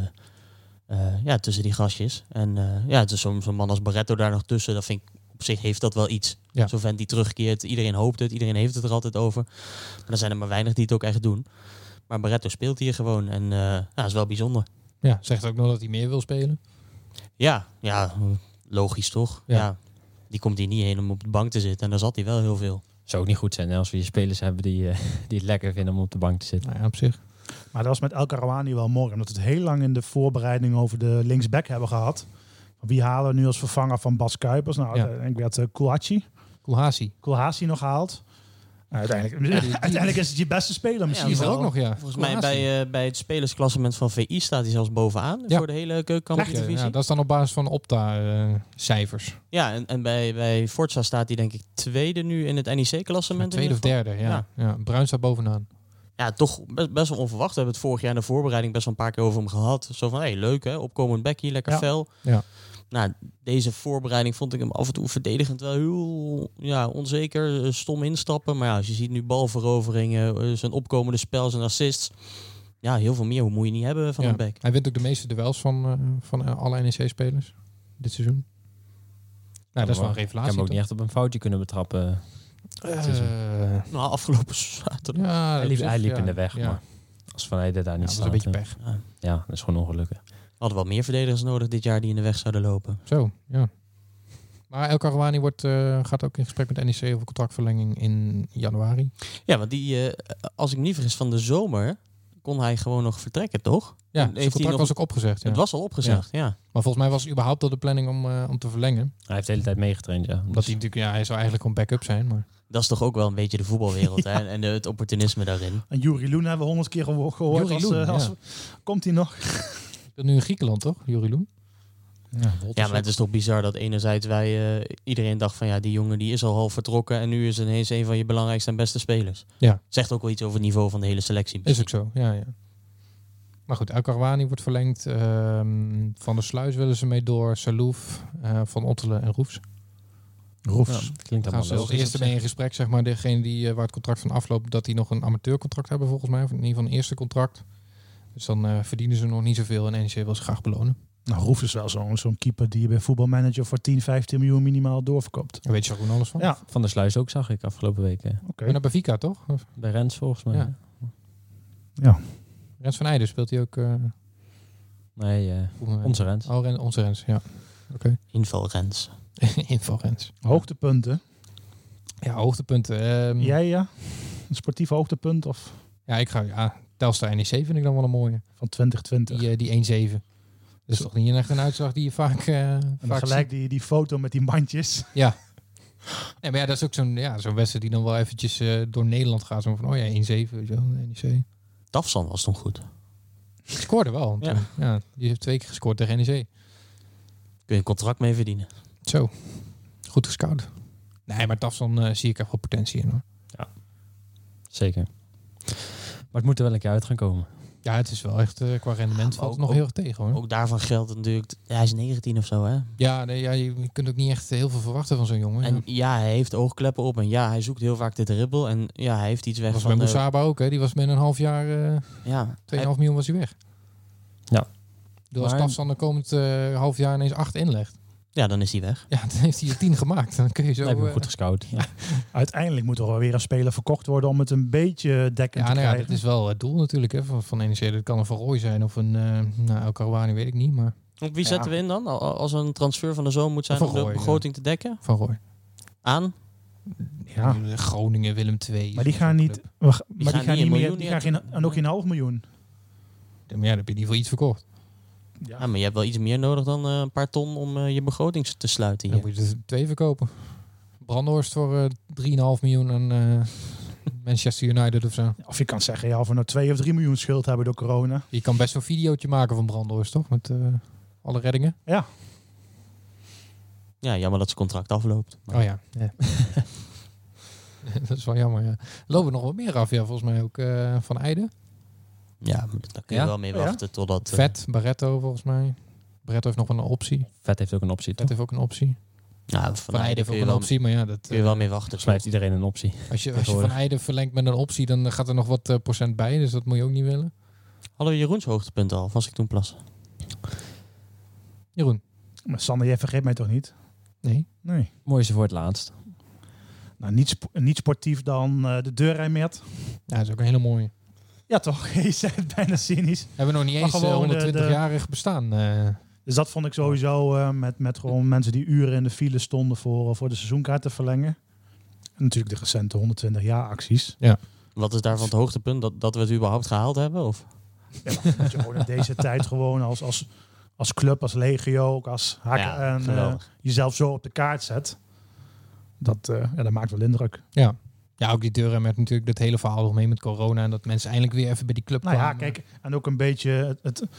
die gastjes. En het is zo'n man als Barretto daar nog tussen. Dat vind ik op zich heeft dat wel iets. Ja. Zo'n vent die terugkeert. Iedereen hoopt het. Iedereen heeft het er altijd over. Maar er zijn er maar weinig die het ook echt doen. Maar Barretto speelt hier gewoon. En dat is wel bijzonder. Ja, zegt ook nog dat hij meer wil spelen. Ja, logisch toch? Ja. Ja. Die komt hier niet heen om op de bank te zitten. En daar zat hij wel heel veel. Zou ook niet goed zijn hè, als we hier spelers hebben die het lekker vinden om op de bank te zitten. Nou ja, op zich. Maar dat was met El Karouani wel mooi. Omdat we het heel lang in de voorbereiding over de linksback hebben gehad. Wie halen we nu als vervanger van Bas Kuipers? Nou, Ja. ik werd Koulhassi. Koulhassi nog gehaald. Uiteindelijk is het je beste speler misschien Die is er wel. ook nog, ja. Volgens mij Koulhassi. bij het spelersklassement van VI staat hij zelfs bovenaan. Ja. Voor de hele keukenkampioen-divisie. Ja, dat is dan op basis van Opta-cijfers. Ja, en bij Forza staat hij denk ik tweede nu in het NEC-klassement. Tweede of derde, ja. Bruin staat bovenaan. Ja, toch best wel onverwacht. We hebben het vorig jaar in de voorbereiding best wel een paar keer over hem gehad. Zo van, leuk hè, opkomend bekkie, lekker Ja. fel. Ja. Nou, deze voorbereiding vond ik hem af en toe verdedigend wel heel onzeker, stom instappen. Maar ja, als je ziet nu balveroveringen, zijn opkomende spel, zijn assists. Ja, heel veel meer. Hoe moet je niet hebben van Ja. een bek? Hij wint ook de meeste duels van alle NEC-spelers dit seizoen. Nou, dat is wel een Ik revelatie. heb hem ook niet toch? echt op een foutje kunnen betrappen. Nou, afgelopen zaterdag. Ja, Hij liep ja, in de weg, ja. maar als Van Heijden daar Ja, niet dat staat... was een beetje pech. Ja, dat is gewoon ongelukkig. We hadden wel meer verdedigers nodig dit jaar die in de weg zouden lopen. Zo, ja. Maar El Karouani gaat ook in gesprek met NEC over contractverlenging in januari. Ja, want die, als ik me niet vergis, van de zomer kon hij gewoon nog vertrekken, toch? Ja, Heeft zijn hij contract nog- was ook opgezegd. Ja. Het was al opgezegd, ja. Maar volgens mij was het überhaupt al de planning om te verlengen. Hij heeft de hele tijd meegetraind, ja. Omdat hij natuurlijk, hij zou eigenlijk gewoon backup zijn. Maar Dat is toch ook wel een beetje de voetbalwereld hè? En het opportunisme daarin. En Juri Loen hebben we 100 keer gehoord. Juri Loen, Komt hij nog? Dat nu in Griekenland, toch? Juri Loen? Ja, maar het is toch bizar dat enerzijds iedereen dacht van ja, die jongen die is al half vertrokken en nu is het ineens een van je belangrijkste en beste spelers. Ja. Zegt ook wel iets over het niveau van de hele selectie. Is ook zo, ja. Maar goed, El Karouani wordt verlengd. Van der Sluis willen ze mee door. Salouf, Van Ottelen en Roefs. Klinkt Gaan allemaal ze als logisch. eerste mee in gesprek, zeg maar. Degene die, waar het contract van afloopt, dat die nog een amateurcontract hebben volgens mij. Of in ieder geval een eerste contract. Dus dan verdienen ze nog niet zoveel en NEC wil ze graag belonen. Nou, Roefs is wel zo'n keeper die je bij voetbalmanager voor 10, 15 miljoen minimaal doorverkoopt. Daar weet je ook gewoon alles van. Ja. Van der Sluis ook, zag ik afgelopen weken. Oké. Maar naar Benfica, toch? Of? Bij Rens volgens mij. Ja. Ja. Rens van Eijden speelt hij ook... Nee, onze Rens. Oh, onze Rens, ja. Oké. Invalrens. Inval Rens. Hoogtepunten. Ja, hoogtepunten. Jij ja? Een sportief hoogtepunt of Ja, ik ga... Ja, Telstar NEC vind ik dan wel een mooie. van 2020? Die 1-7. Dat is toch niet echt een uitslag die je vaak En dan vaak gelijk die foto met die mandjes. Ja. Nee, maar ja, dat is ook zo'n wedstrijd die dan wel eventjes door Nederland gaat. Zo van, 1-7, weet je wel, NEC. Tafsan was nog goed. Die scoorde wel. Ja. Ja, die heeft 2 keer gescoord tegen NEC. Kun je een contract mee verdienen. Zo. Goed gescout. Nee, maar Tafsan zie ik echt wel potentie in, hoor. Zeker. Maar het moet er wel een keer uit gaan komen. Ja, het is wel echt qua rendement valt het nog heel erg tegen, hoor. Ook daarvan geldt het natuurlijk... Hij is 19 of zo, hè? Ja, nee, ja, je kunt ook niet echt heel veel verwachten van zo'n jongen. En ja, hij heeft oogkleppen op. En ja, hij zoekt heel vaak de dribbel. En ja, hij heeft iets weg Dat was van... bij Moussaba ook, hè. Die was binnen een half jaar... 2,5 ja, miljoen was hij weg. Ja. Door als Maar- Tafsan de komend half jaar ineens 8 inlegt. ja, dan is hij weg. Ja, dan heeft hij er 10 gemaakt. Dan kun je zo... Dan heb je hem goed gescout. Ja. Uiteindelijk moet er wel weer een speler verkocht worden om het een beetje dekkend Ja, te nou ja, krijgen. dat is wel het doel natuurlijk hè, van NEC. Dat kan een Van Rooij zijn of een El Karouani, weet ik niet. Maar Op wie zetten we in dan? Als een transfer van de zomer moet zijn Van om de Rooij, begroting te dekken? Van Rooij. Aan? Ja. Groningen, Willem II. Maar die gaan niet, maar die gaan niet meer, die gaan geen, en ook geen $500.000. Maar ja, dan heb je in ieder geval iets verkocht. Ja, maar je hebt wel iets meer nodig dan een paar ton om je begroting te sluiten Dan hier. moet je er 2 verkopen. Brandhorst voor 3,5 miljoen aan Manchester United of zo. Of je kan zeggen, ja, of we nou 2 of 3 miljoen schuld hebben door corona. Je kan best een videootje maken van Brandhorst, toch? Met alle reddingen. Ja, Ja, jammer dat zijn contract afloopt. Maar Oh ja. Dat is wel jammer, ja. Lopen nog wat meer af, ja, volgens mij ook Van Eijden. ja, maar daar kun je Ja? wel mee Oh ja? wachten totdat... Vet, Barretto volgens mij. Barretto heeft nog wel een optie. Vet heeft ook een optie, Vet toch? heeft ook een optie. Nou, Van Eijden heeft kun ook je een wel, optie, maar ja, dat... kun je wel mee wachten. Volgens mij heeft iedereen een optie. Als je Van tegenwoordig. Eijden verlengt met een optie, dan gaat er nog wat procent bij. Dus dat moet je ook niet willen. Hadden we Jeroens hoogtepunt al? Of was ik toen plassen? Jeroen? maar Sander, jij vergeet mij toch niet? Nee? Nee. Mooiste voor het laatst. Nou, niet sportief dan de deurrijmet. Ja, dat is ook een hele mooie. Ja, toch? Je zei het bijna cynisch. Hebben we nog niet Maar eens gewoon 120-jarig bestaan. Dus dat vond ik sowieso met gewoon mensen die uren in de file stonden voor de seizoenkaart te verlengen. En natuurlijk de recente 120 jaar acties. Wat is daarvan het hoogtepunt? Dat we het überhaupt gehaald hebben? Of? Ja, dat je gewoon in deze tijd gewoon als club, als legio, ook als HKN Ja, geweldig. jezelf zo op de kaart zet. Dat maakt wel indruk. Ja. Ja, ook die deuren met natuurlijk dat hele verhaal nog mee met corona. En dat mensen eindelijk weer even bij die club Nou ja, kwamen. kijk, en ook een beetje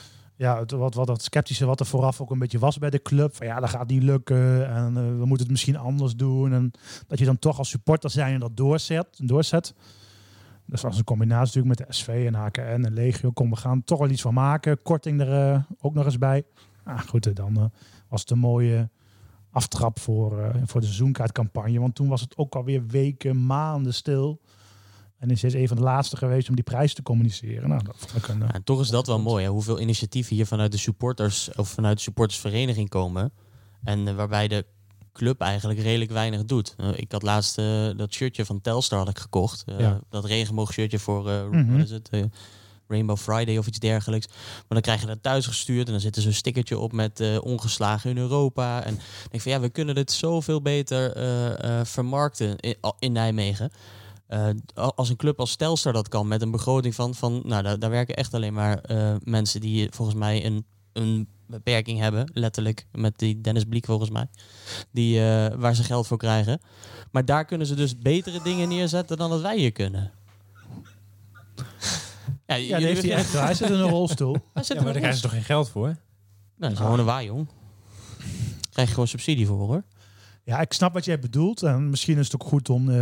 wat sceptische wat er vooraf ook een beetje was bij de club. Van ja, dat gaat niet lukken en we moeten het misschien anders doen. En dat je dan toch als supporter zijn en dat doorzet. Dus was een combinatie natuurlijk met de SV en HKN en Legio. Kom, we gaan toch wel iets van maken. Korting er ook nog eens bij. Goed, dan was het een mooie aftrap voor de seizoenkaartcampagne. Want toen was het ook alweer weken, maanden stil. En is een van de laatste geweest om die prijs te communiceren. Nou, dat vond ik Ja, en toch is dat wel mooi, hè? Hoeveel initiatieven hier vanuit de supporters of vanuit de supportersvereniging komen. En waarbij de club eigenlijk redelijk weinig doet. Ik had laatst dat shirtje van Telstar had ik gekocht. Ja. Dat regenboogshirtje voor Mhm. wat is het? Rainbow Friday of iets dergelijks. Maar dan krijg je dat thuis gestuurd en dan zit er zo'n stickertje op met ongeslagen in Europa. En ik denk van ja, we kunnen dit zoveel beter vermarkten in Nijmegen. Als een club als Telstar dat kan met een begroting van nou, daar werken echt alleen maar mensen die volgens mij een beperking hebben, letterlijk, met die Dennis Bliek volgens mij, waar ze geld voor krijgen. Maar daar kunnen ze dus betere dingen neerzetten dan dat wij hier kunnen. Ja, Ja, die heeft hij echt. Hij zit in een rolstoel. Hij zit Ja, maar daar krijgen ze toch geen geld voor? Nou, dat is gewoon een waaijong. Krijg je gewoon subsidie voor, hoor. Ja, ik snap wat jij bedoelt. En misschien is het ook goed om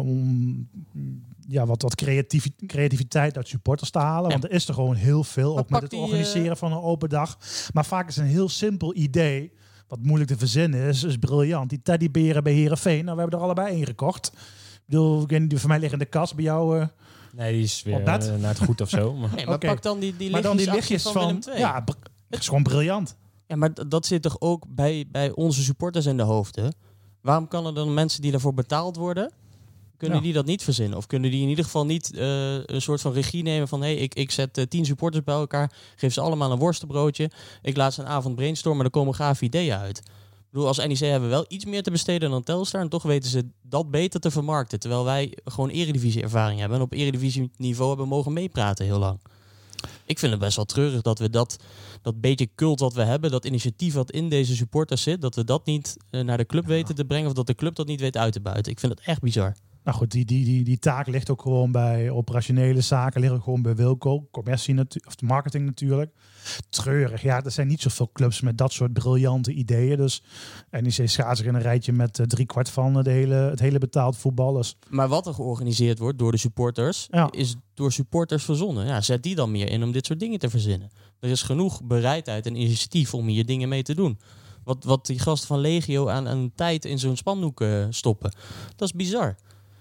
wat creativiteit uit supporters te halen. Want er is er gewoon heel veel. Maar Ook met pak het die, organiseren van een open dag. Maar vaak is een heel simpel idee, wat moeilijk te verzinnen is briljant. Die teddyberen bij Heerenveen. Nou, we hebben er allebei één gekocht. Ik bedoel, die voor mij liggen in de kast. Bij jou... Nee, die is weer Op bed? naar het goed of zo. Maar... Nee, maar Oké. pak dan die maar dan die lichtjesactie lichtjes van Willem II. Ja, het is gewoon briljant. Ja, maar dat zit toch ook bij onze supporters in de hoofden? Waarom kan er dan mensen die daarvoor betaald worden, kunnen die dat niet verzinnen? Of kunnen die in ieder geval niet een soort van regie nemen van ik zet 10 supporters bij elkaar, geef ze allemaal een worstenbroodje, ik laat ze een avond brainstormen, er komen gave ideeën uit. Ik bedoel, als NEC hebben we wel iets meer te besteden dan Telstar en toch weten ze dat beter te vermarkten. Terwijl wij gewoon eredivisie-ervaring hebben en op eredivisie-niveau hebben mogen meepraten heel lang. Ik vind het best wel treurig dat we dat beetje cult wat we hebben, dat initiatief wat in deze supporters zit, dat we dat niet naar de club weten te brengen of dat de club dat niet weet uit te buiten. Ik vind het echt bizar. Nou goed, die taak ligt ook gewoon bij operationele zaken, ligt ook gewoon bij Wilco, commercie of de marketing natuurlijk. Treurig, ja, er zijn niet zoveel clubs met dat soort briljante ideeën. Dus NEC schaart zich in een rijtje met 3/4 van het hele betaald voetbal. Dus, Maar wat er georganiseerd wordt door de supporters, is door supporters verzonnen. Ja, zet die dan meer in om dit soort dingen te verzinnen. Er is genoeg bereidheid en initiatief om hier dingen mee te doen. Wat die gasten van Legio aan tijd in zo'n spandoek stoppen. Dat is bizar.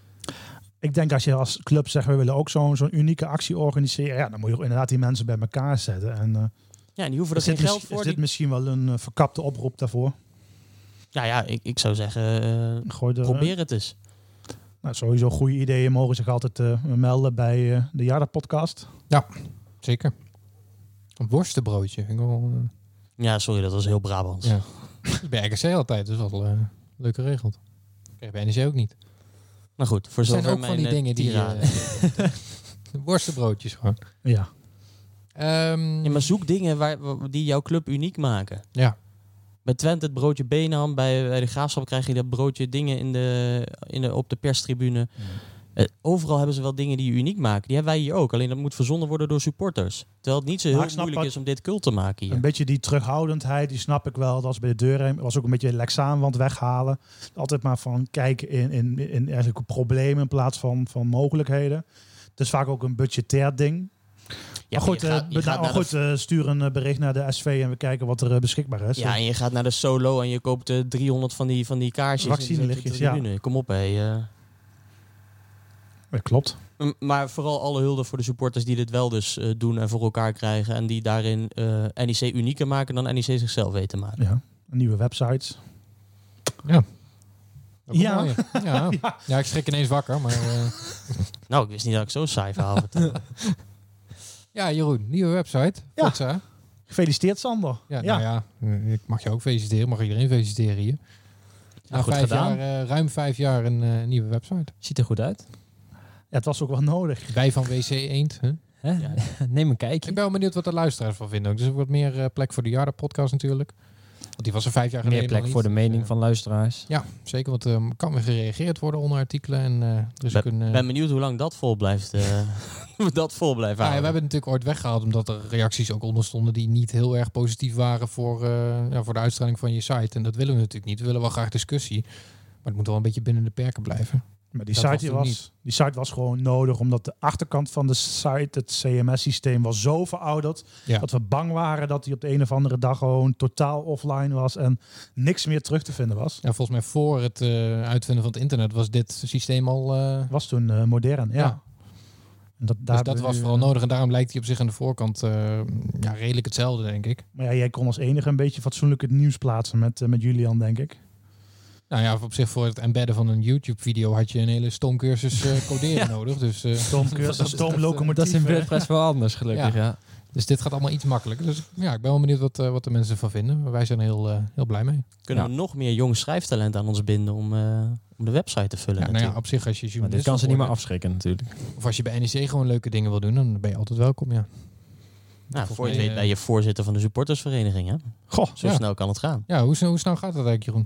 ik denk als je als club zegt, we willen ook zo'n unieke actie organiseren. Ja, dan moet je ook inderdaad die mensen bij elkaar zetten. En, ja, en die hoeven er geen geld voor. Is dit misschien wel een verkapte oproep daarvoor? Ja, ik zou zeggen, probeer het eens. Nou, sowieso goede ideeën mogen zich altijd melden bij de Jarda-podcast. Ja, zeker. Een worstenbroodje. Vind ik wel, Ja, sorry, dat was heel Brabants. ja. Dat is bij RKC altijd, dus wel leuk geregeld. Krijg bij NEC ook niet. Maar goed, voor Er zijn zover ook van mijn die dingen die... tirade. worstenbroodjes gewoon. Ja. Ja, maar zoek dingen die jouw club uniek maken. Ja. Bij Twente het broodje Benham, bij de Graafschap krijg je dat broodje dingen op de perstribune. Overal hebben ze wel dingen die je uniek maken. Die hebben wij hier ook. Alleen dat moet verzonnen worden door supporters. Terwijl het niet zo heel moeilijk is om dit cult te maken hier. Een beetje die terughoudendheid, die snap ik wel. Dat was bij de deur was ook een beetje Lexaanwand weghalen. Altijd maar van kijken in eigenlijk problemen in plaats van mogelijkheden. Het is vaak ook een budgetair ding. Ja, maar goed, stuur een bericht naar de SV en we kijken wat er beschikbaar is. Ja, en je gaat naar de Solo en je koopt 300 van die kaarsjes. Vaccinelichtjes, ja. Kom op, Dat klopt. Maar vooral alle hulde voor de supporters die dit wel dus doen en voor elkaar krijgen. En die daarin NEC unieker maken dan NEC zichzelf weet te maken. Ja, nieuwe websites. Ja. Ja. Ja, ik schrik ineens wakker, maar... Nou, ik wist niet dat ik zo'n saai verhaal vertelde. Ja, Jeroen, nieuwe website. Ja. Forza. Gefeliciteerd, Sander. Ja, nou ja, ik mag je ook feliciteren. Mag iedereen feliciteren hier. Na goed 5 gedaan. jaar, ruim 5 jaar een nieuwe website. Ziet er goed uit. Ja, het was ook wel nodig. Wij van WC Eend. Hè? Hè? Ja. Neem een kijkje. Ik ben wel benieuwd wat de luisteraars van vinden ook. Dus er wordt meer plek voor de Jarda-podcast natuurlijk. Want die was er 5 jaar geleden Meer plek nog voor de niet. mening Dus, van luisteraars. ja, zeker. Want er kan weer gereageerd worden onder artikelen. En er is ook een... Ik ben benieuwd hoe lang dat vol blijft. Dat vol blijft ja, we houden. hebben het natuurlijk ooit weggehaald omdat er reacties ook onder stonden die niet heel erg positief waren voor de uitstraling van je site. En dat willen we natuurlijk niet. We willen wel graag discussie. Maar het moet wel een beetje binnen de perken blijven. Maar die Dat was site, toen niet. die site was gewoon nodig omdat de achterkant van de site, het CMS-systeem, was zo verouderd Ja. dat we bang waren dat hij op de een of andere dag gewoon totaal offline was en niks meer terug te vinden was. Ja, volgens mij voor het uitvinden van het internet was dit systeem al... Was toen modern, ja. En dus dat was vooral nodig. En daarom lijkt hij op zich aan de voorkant redelijk hetzelfde, denk ik. Maar ja, jij kon als enige een beetje fatsoenlijk het nieuws plaatsen met Julian, denk ik. Nou ja, op zich voor het embedden van een YouTube-video had je een hele stoomcursus coderen nodig. Dus, Stoomcursus, stoomlocomotief. Dat is in WordPress wel anders, gelukkig. Ja. dus dit gaat allemaal iets makkelijker. Dus ja, ik ben wel benieuwd wat de mensen ervan vinden. Maar wij zijn er heel blij mee. Kunnen we nog meer jong schrijftalent aan ons binden om de website te vullen? Ja, nou ja, natuurlijk. op zich als je Maar dit journalist kan ze niet meer wordt, afschrikken natuurlijk. of als je bij NEC gewoon leuke dingen wil doen, dan ben je altijd welkom, ja. Nou, Volgens voor je het mij, weet ben je voorzitter van de supportersvereniging. Hè? Goh, Zo Ja. snel kan het gaan. Ja, hoe snel gaat dat eigenlijk, Jeroen?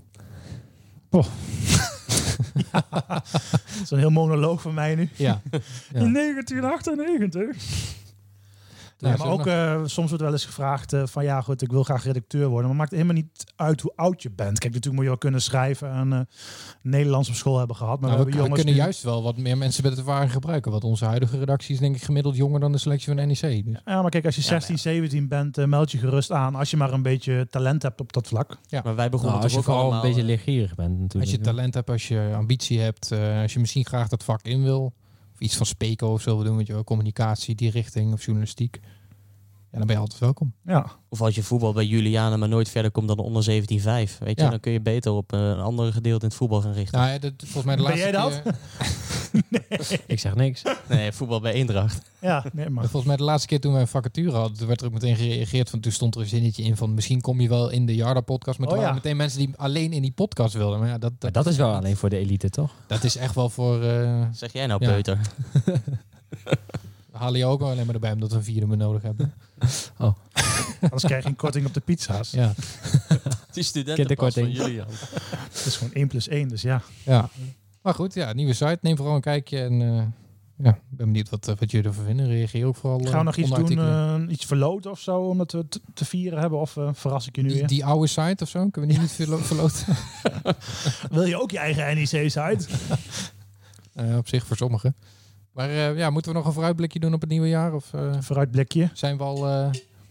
dat is een heel monoloog van mij nu. Ja. Ja. In 1998. Ja, Nou, maar zullen we ook soms wordt wel eens gevraagd van ja goed, ik wil graag redacteur worden. Maar het maakt helemaal niet uit hoe oud je bent. Kijk, natuurlijk moet je wel kunnen schrijven en Nederlands op school hebben gehad. Maar Nou, we hebben jongens kunnen nu- juist wel wat meer mensen met ervaring gebruiken. Want onze huidige redactie is denk ik gemiddeld jonger dan de selectie van NEC. Dus. Ja, maar kijk, als je 16, 17 bent, meld je gerust aan. Als je maar een beetje talent hebt op dat vlak. Maar wij begonnen als toch je ook vooral allemaal... een beetje leergierig bent natuurlijk. Als je talent hebt, als je ambitie hebt, als je misschien graag dat vak in wil. Of iets van Speco of zo wil doen, weet je wel, communicatie, die richting of journalistiek. Ja, dan ben je altijd welkom. Ja, Of als je voetbal bij Julianen maar nooit verder komt dan onder 17-5. Weet je, Ja. dan kun je beter op een andere gedeelte in het voetbal gaan richten. Nou, ja, volgens mij de Ben laatste jij dat? keer, Ik zeg niks. Nee, voetbal bij Eendracht. ja, nee, maar volgens mij de laatste keer toen wij een vacature hadden, toen werd er ook meteen gereageerd. Van, toen stond er een zinnetje in van misschien kom je wel in de Jarda-podcast. Maar toen Oh, ja. waren meteen mensen die alleen in die podcast wilden. Maar ja, Maar dat is wel alleen voor de elite, toch? Dat is echt wel voor... Zeg jij nou, Ja. Peuter? we halen je ook wel alleen maar erbij omdat we een vierde meer nodig hebben. anders krijg je een korting op de pizza's. Ja, Die studentenpas van Kinderkorting. Julian. Het is gewoon 1 + 1, dus ja. ja. Maar goed, ja, nieuwe site. Neem vooral een kijkje en ja, ik ben benieuwd wat jullie ervan vinden. Reageer ook vooral Gaan we nog iets onder doen, artikelen. iets verloten of zo, omdat we het te vieren hebben? Of verras ik je nu weer? Die oude site of zo? Kunnen we die niet verloten? Wil je ook je eigen NEC-site? Op zich voor sommigen. Maar ja, moeten we nog een vooruitblikje doen op het nieuwe jaar? Of Vooruitblikje? zijn we al...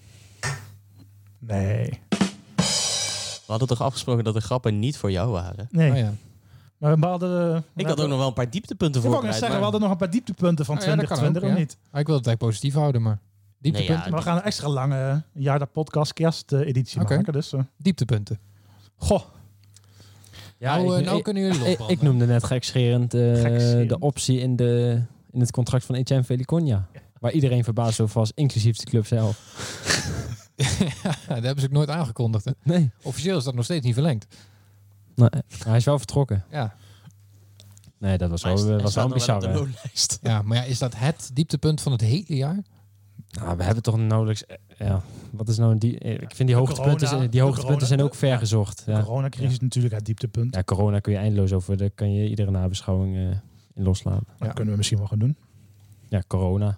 Nee. We hadden toch afgesproken dat de grappen niet voor jou waren? Nee. Oh ja. Maar we hadden... Ik had ook nog wel een paar dieptepunten Ik wou net voorbereid. zeggen, we maar- hadden nog een paar dieptepunten van Oh ja, dat kan 2020 ook, of ja. niet? Ik wil het eigenlijk positief houden, maar... Dieptepunten? Nee, Maar we gaan een extra lange Jarda podcast kersteditie Oké. maken. Dus, Dieptepunten. goh, Nou kunnen jullie losbranden. Ik noemde net gekscherend Gekscherend. de optie in het contract van Etienne Velikonja. Waar iedereen verbaasd over was, inclusief de club zelf. Ja, dat hebben ze ook nooit aangekondigd. Hè? Nee. Officieel is dat nog steeds niet verlengd. Maar hij is wel vertrokken. Ja. Nee, dat was Hij wel, staat was wel nog wel op de bizar. loonlijst. Ja, maar ja, is dat het dieptepunt van het hele jaar? Nou, we hebben toch nauwelijks... Ja, wat is nou die... Ik vind die hoogtepunten, corona- die hoogtepunten de zijn corona- ook ver gezocht. de Ja. coronacrisis natuurlijk het dieptepunt. Ja, corona kun je eindeloos over. Daar kan je iedere nabeschouwing in loslaten. Dat kunnen we misschien wel gaan doen. Ja, corona.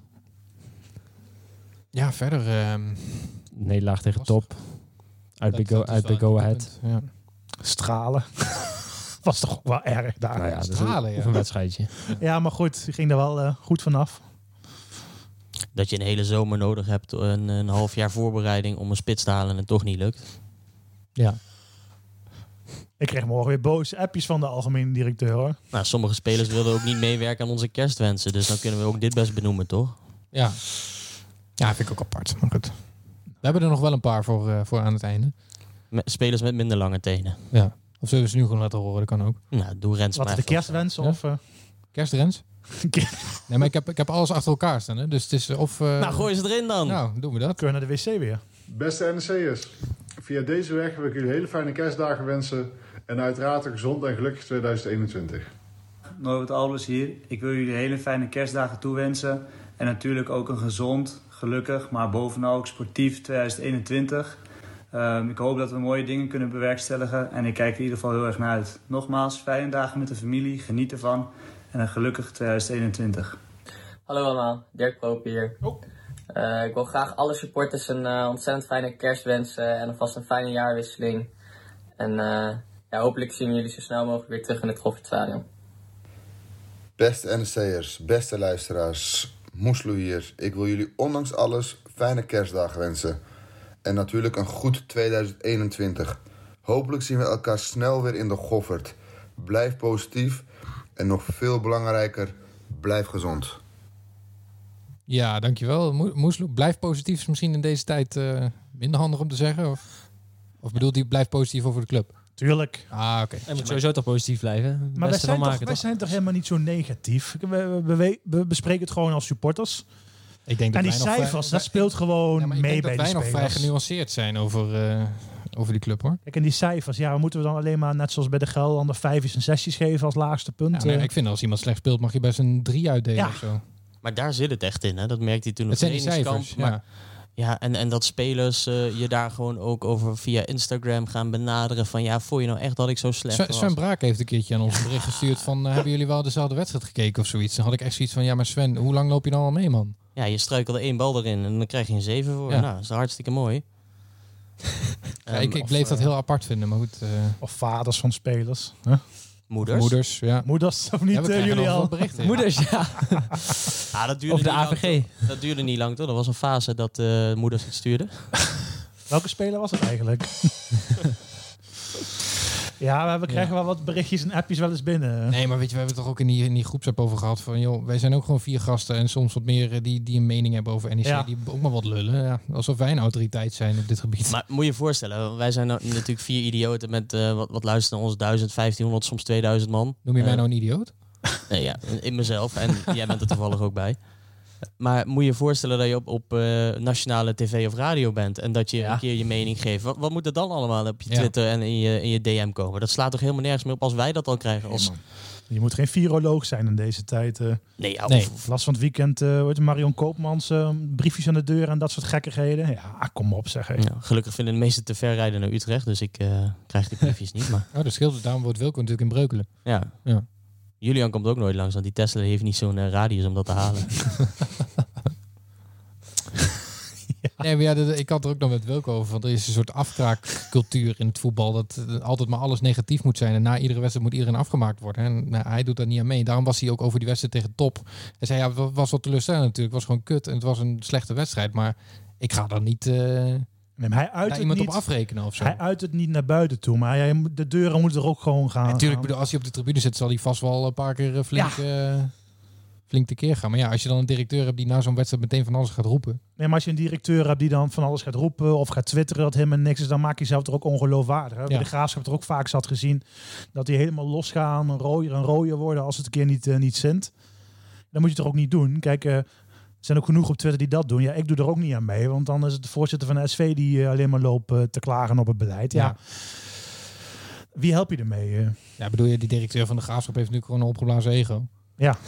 Ja, verder... Nederlaag tegen Lastig. top. Uit bij dat is wel Go een Ahead. dieptepunt, Ja. Stralen. Was toch ook wel erg daar. Nou ja, dat is Stralen, ja. of een wedstrijdje. Ja, maar goed, die ging er wel goed vanaf. Dat je een hele zomer nodig hebt, een half jaar voorbereiding om een spits te halen en het toch niet lukt. Ja. Ik kreeg morgen weer boze appjes van de algemene directeur, hoor. Nou, sommige spelers wilden ook niet meewerken aan onze kerstwensen. Dus dan kunnen we ook dit best benoemen, toch? Ja. Ja, vind ik ook apart. Maar goed. We hebben er nog wel een paar voor aan het einde. Spelers met minder lange tenen. Ja. Of zullen we ze nu gewoon laten horen? Dat kan ook. Nou, doe Rens Wat maar is de even. kerstwensen? Ja. Of, Kerstrens? Nee, maar ik heb alles achter elkaar staan. Hè? Dus het is of... Nou, gooi ze erin dan. Nou, doen we dat. kunnen naar de wc weer. Beste NEC'ers, via deze weg wil ik jullie hele fijne kerstdagen wensen en uiteraard een gezond en gelukkig 2021. Norbert Albers hier. Ik wil jullie hele fijne kerstdagen toewensen. En natuurlijk ook een gezond, gelukkig, maar bovenal ook sportief 2021. Ik hoop dat we mooie dingen kunnen bewerkstelligen. En ik kijk er in ieder geval heel erg naar uit. Nogmaals, fijne dagen met de familie. Geniet ervan. En een gelukkig 2021. Hallo allemaal, Dirk Proop hier. Ik wil graag alle supporters een ontzettend fijne kerst wensen en alvast een fijne jaarwisseling. En ja, hopelijk zien we jullie zo snel mogelijk weer terug in het Goffertstadion. Beste NEC'ers, beste luisteraars, Moesloe hier. Ik wil jullie ondanks alles fijne kerstdagen wensen. En natuurlijk een goed 2021. Hopelijk zien we elkaar snel weer in de Goffert. Blijf positief en nog veel belangrijker, blijf gezond. Ja, dankjewel. Moesloe, blijf positief is misschien in deze tijd minder handig om te zeggen. Of bedoelt hij blijf positief over de club? Tuurlijk. Ah, oké. Hij moet sowieso toch positief blijven. Maar Beste van maken, wij toch? zijn toch helemaal niet zo negatief? We bespreken het gewoon als supporters. Ik denk En die wij nog cijfers, vrij- dat speelt gewoon Ja, maar ik mee denk bij dat die wij nog vrij spelers. genuanceerd zijn over die club, hoor. Kijk, en die cijfers, ja, moeten we dan alleen maar net zoals bij de Gelderlander 5's en 6's geven als laagste punt? Ja, nee, ik vind als iemand slecht speelt, mag je best een 3 uitdelen Ja. of zo. Maar daar zit het echt in, hè? Dat merkte hij toen op Het zijn die trainingskamp. cijfers, Maar ja. Ja, en dat spelers je daar gewoon ook over via Instagram gaan benaderen van ja, vond je nou echt dat ik zo slecht was? Sven Braak heeft een keertje aan ons een bericht gestuurd van hebben jullie wel dezelfde wedstrijd gekeken of zoiets? Dan had ik echt zoiets van ja, maar Sven, hoe lang loop je dan al mee, man? Ja, je struikelde 1 bal erin en dan krijg je een 7 voor. Ja. Nou, dat is hartstikke mooi. Ja, ik bleef dat heel apart vinden, maar goed. Of vaders van spelers. Huh? Moeders. Ja. Moeders of niet, Ja, we krijgen jullie nog al? wel berichten. Ja. Moeders, ja. Dat duurde Of de niet lang, AVG. toch? Dat duurde niet lang, toch? Er was een fase dat moeders het stuurden. Welke speler was het eigenlijk? Ja, we krijgen wel wat berichtjes en appjes wel eens binnen. Nee, maar weet je, we hebben het toch ook in die groepsapp over gehad van, joh, wij zijn ook gewoon 4 gasten en soms wat meer die een mening hebben over NEC, Ja. die ook maar wat lullen. Ja, alsof wij een autoriteit zijn op dit gebied. Maar moet je je voorstellen, wij zijn nou natuurlijk 4 idioten met wat luisteren ons 1000, 1500, soms 2000 man. Noem je mij nou een idioot? Nee, ja, in mezelf. En jij bent er toevallig ook bij. Maar moet je je voorstellen dat je op nationale tv of radio bent en dat je een keer je mening geeft. Wat moet er dan allemaal op je Twitter en in je DM komen? Dat slaat toch helemaal nergens meer op als wij dat al krijgen? Als... Je moet geen viroloog zijn in deze tijd. Nee. Last van het weekend, Marion Koopmans, briefjes aan de deur en dat soort gekkigheden. Ja, kom op zeg. Ja, gelukkig vinden de meeste te ver rijden naar Utrecht, dus ik krijg die briefjes niet. Maar... Oh, dat scheelt het. Daarom wordt Wilco natuurlijk in Breukelen. Ja. Julian komt ook nooit langs, want die Tesla heeft niet zo'n radius om dat te halen. Nee, maar ja, ik had er ook nog met Wilco over. Want er is een soort afkraakcultuur in het voetbal. Dat altijd maar alles negatief moet zijn. En na iedere wedstrijd moet iedereen afgemaakt worden. En hij doet daar niet aan mee. Daarom was hij ook over die wedstrijd tegen Top. Hij zei, ja, het was wel teleurstellend natuurlijk. Het was gewoon kut en het was een slechte wedstrijd. Maar ik ga daar niet hij uit daar iemand niet, op afrekenen of zo. Hij uit het niet naar buiten toe. Maar de deuren moeten er ook gewoon gaan. Natuurlijk, bedoel, als hij op de tribune zit, zal hij vast wel een paar keer flink tekeer gaan. Maar ja, als je dan een directeur hebt die na zo'n wedstrijd meteen van alles gaat roepen. Nee, maar als je een directeur hebt die dan van alles gaat roepen of gaat twitteren dat helemaal niks is, dan maak je jezelf er ook ongeloofwaardig. Bij de Graafschap er ook vaak zat gezien dat die helemaal losgaan, een rooier worden als het een keer niet zint. Dan moet je het er ook niet doen. Kijk, er zijn ook genoeg op Twitter die dat doen. Ja, ik doe er ook niet aan mee, want dan is het de voorzitter van de SV die alleen maar loopt te klagen op het beleid. Ja. Wie help je ermee? Ja, bedoel je, die directeur van de Graafschap heeft nu gewoon een opgeblazen ego. Ja.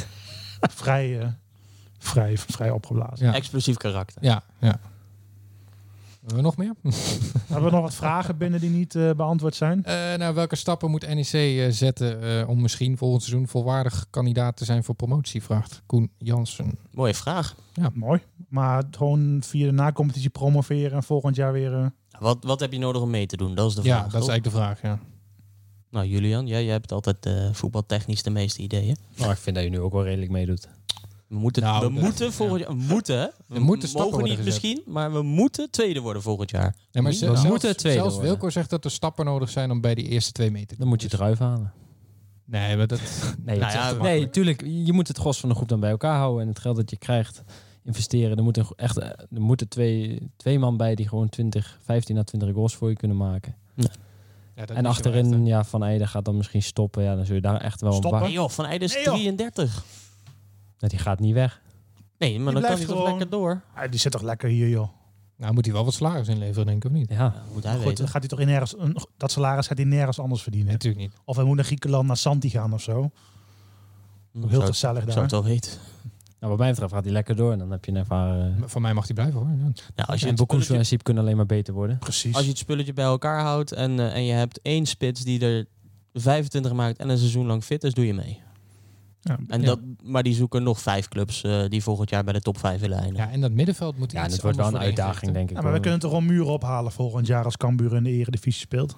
vrij opgeblazen. Ja. Explosief karakter. Ja. Hebben we nog meer? Hebben we nog wat vragen binnen die niet beantwoord zijn? Welke stappen moet NEC zetten om misschien volgend seizoen volwaardig kandidaat te zijn voor promotie? Vraagt Koen Jansen. Mooie vraag. Ja, mooi. Maar gewoon via de nacompetitie promoveren en volgend jaar weer... Wat heb je nodig om mee te doen? Dat is de vraag. Ja, dat is eigenlijk de vraag, ja. Nou, Julian, jij hebt altijd voetbaltechnisch de meeste ideeën. Nou, ik vind dat je nu ook wel redelijk meedoet. We moeten volgend jaar... We moeten mogen niet misschien, maar we moeten tweede worden volgend jaar. Ja, maar zelfs Wilco zegt dat er stappen nodig zijn om bij die eerste 2 meter te Dan moet je het eruit halen. Nee, maar dat... Nee, tuurlijk. Je moet het gros van de groep dan bij elkaar houden. En het geld dat je krijgt, investeren. Er moeten twee man bij die gewoon 15 à 20 goals voor je kunnen maken. Ja. Ja, en achterin, Van Eijden gaat dan misschien stoppen. Ja, dan zul je daar echt wel een Nee joh, Van Eijden is 33. Nee, die gaat niet weg. Nee, maar dan kan hij toch lekker door. Ja, die zit toch lekker hier, joh. Nou, moet hij wel wat salaris inleveren, denk ik, of niet? Ja, moet hij goed, weten. dan gaat hij toch dat salaris gaat hij nergens anders verdienen. Natuurlijk niet. Of hij moet naar Griekenland, naar Santi gaan of zo. Heel gezellig daar. Zou het wel weten. Nou, wat mij betreft gaat hij lekker door. En dan heb je een ervaren... Van mij mag hij blijven, hoor. Ja. Nou, als je en Bokuso en Siep kunnen alleen maar beter worden. Precies. Als je het spulletje bij elkaar houdt en je hebt 1 spits die er 25 maakt en een seizoen lang fit is, doe je mee. Ja, maar die zoeken nog 5 clubs die volgend jaar bij de top 5 willen eindigen. Ja, en dat middenveld moet Ja, en iets het wordt wel een anders worden uitdaging, denk ik. Ja, maar we kunnen toch wel muren ophalen volgend jaar als Cambuur in de Eredivisie speelt.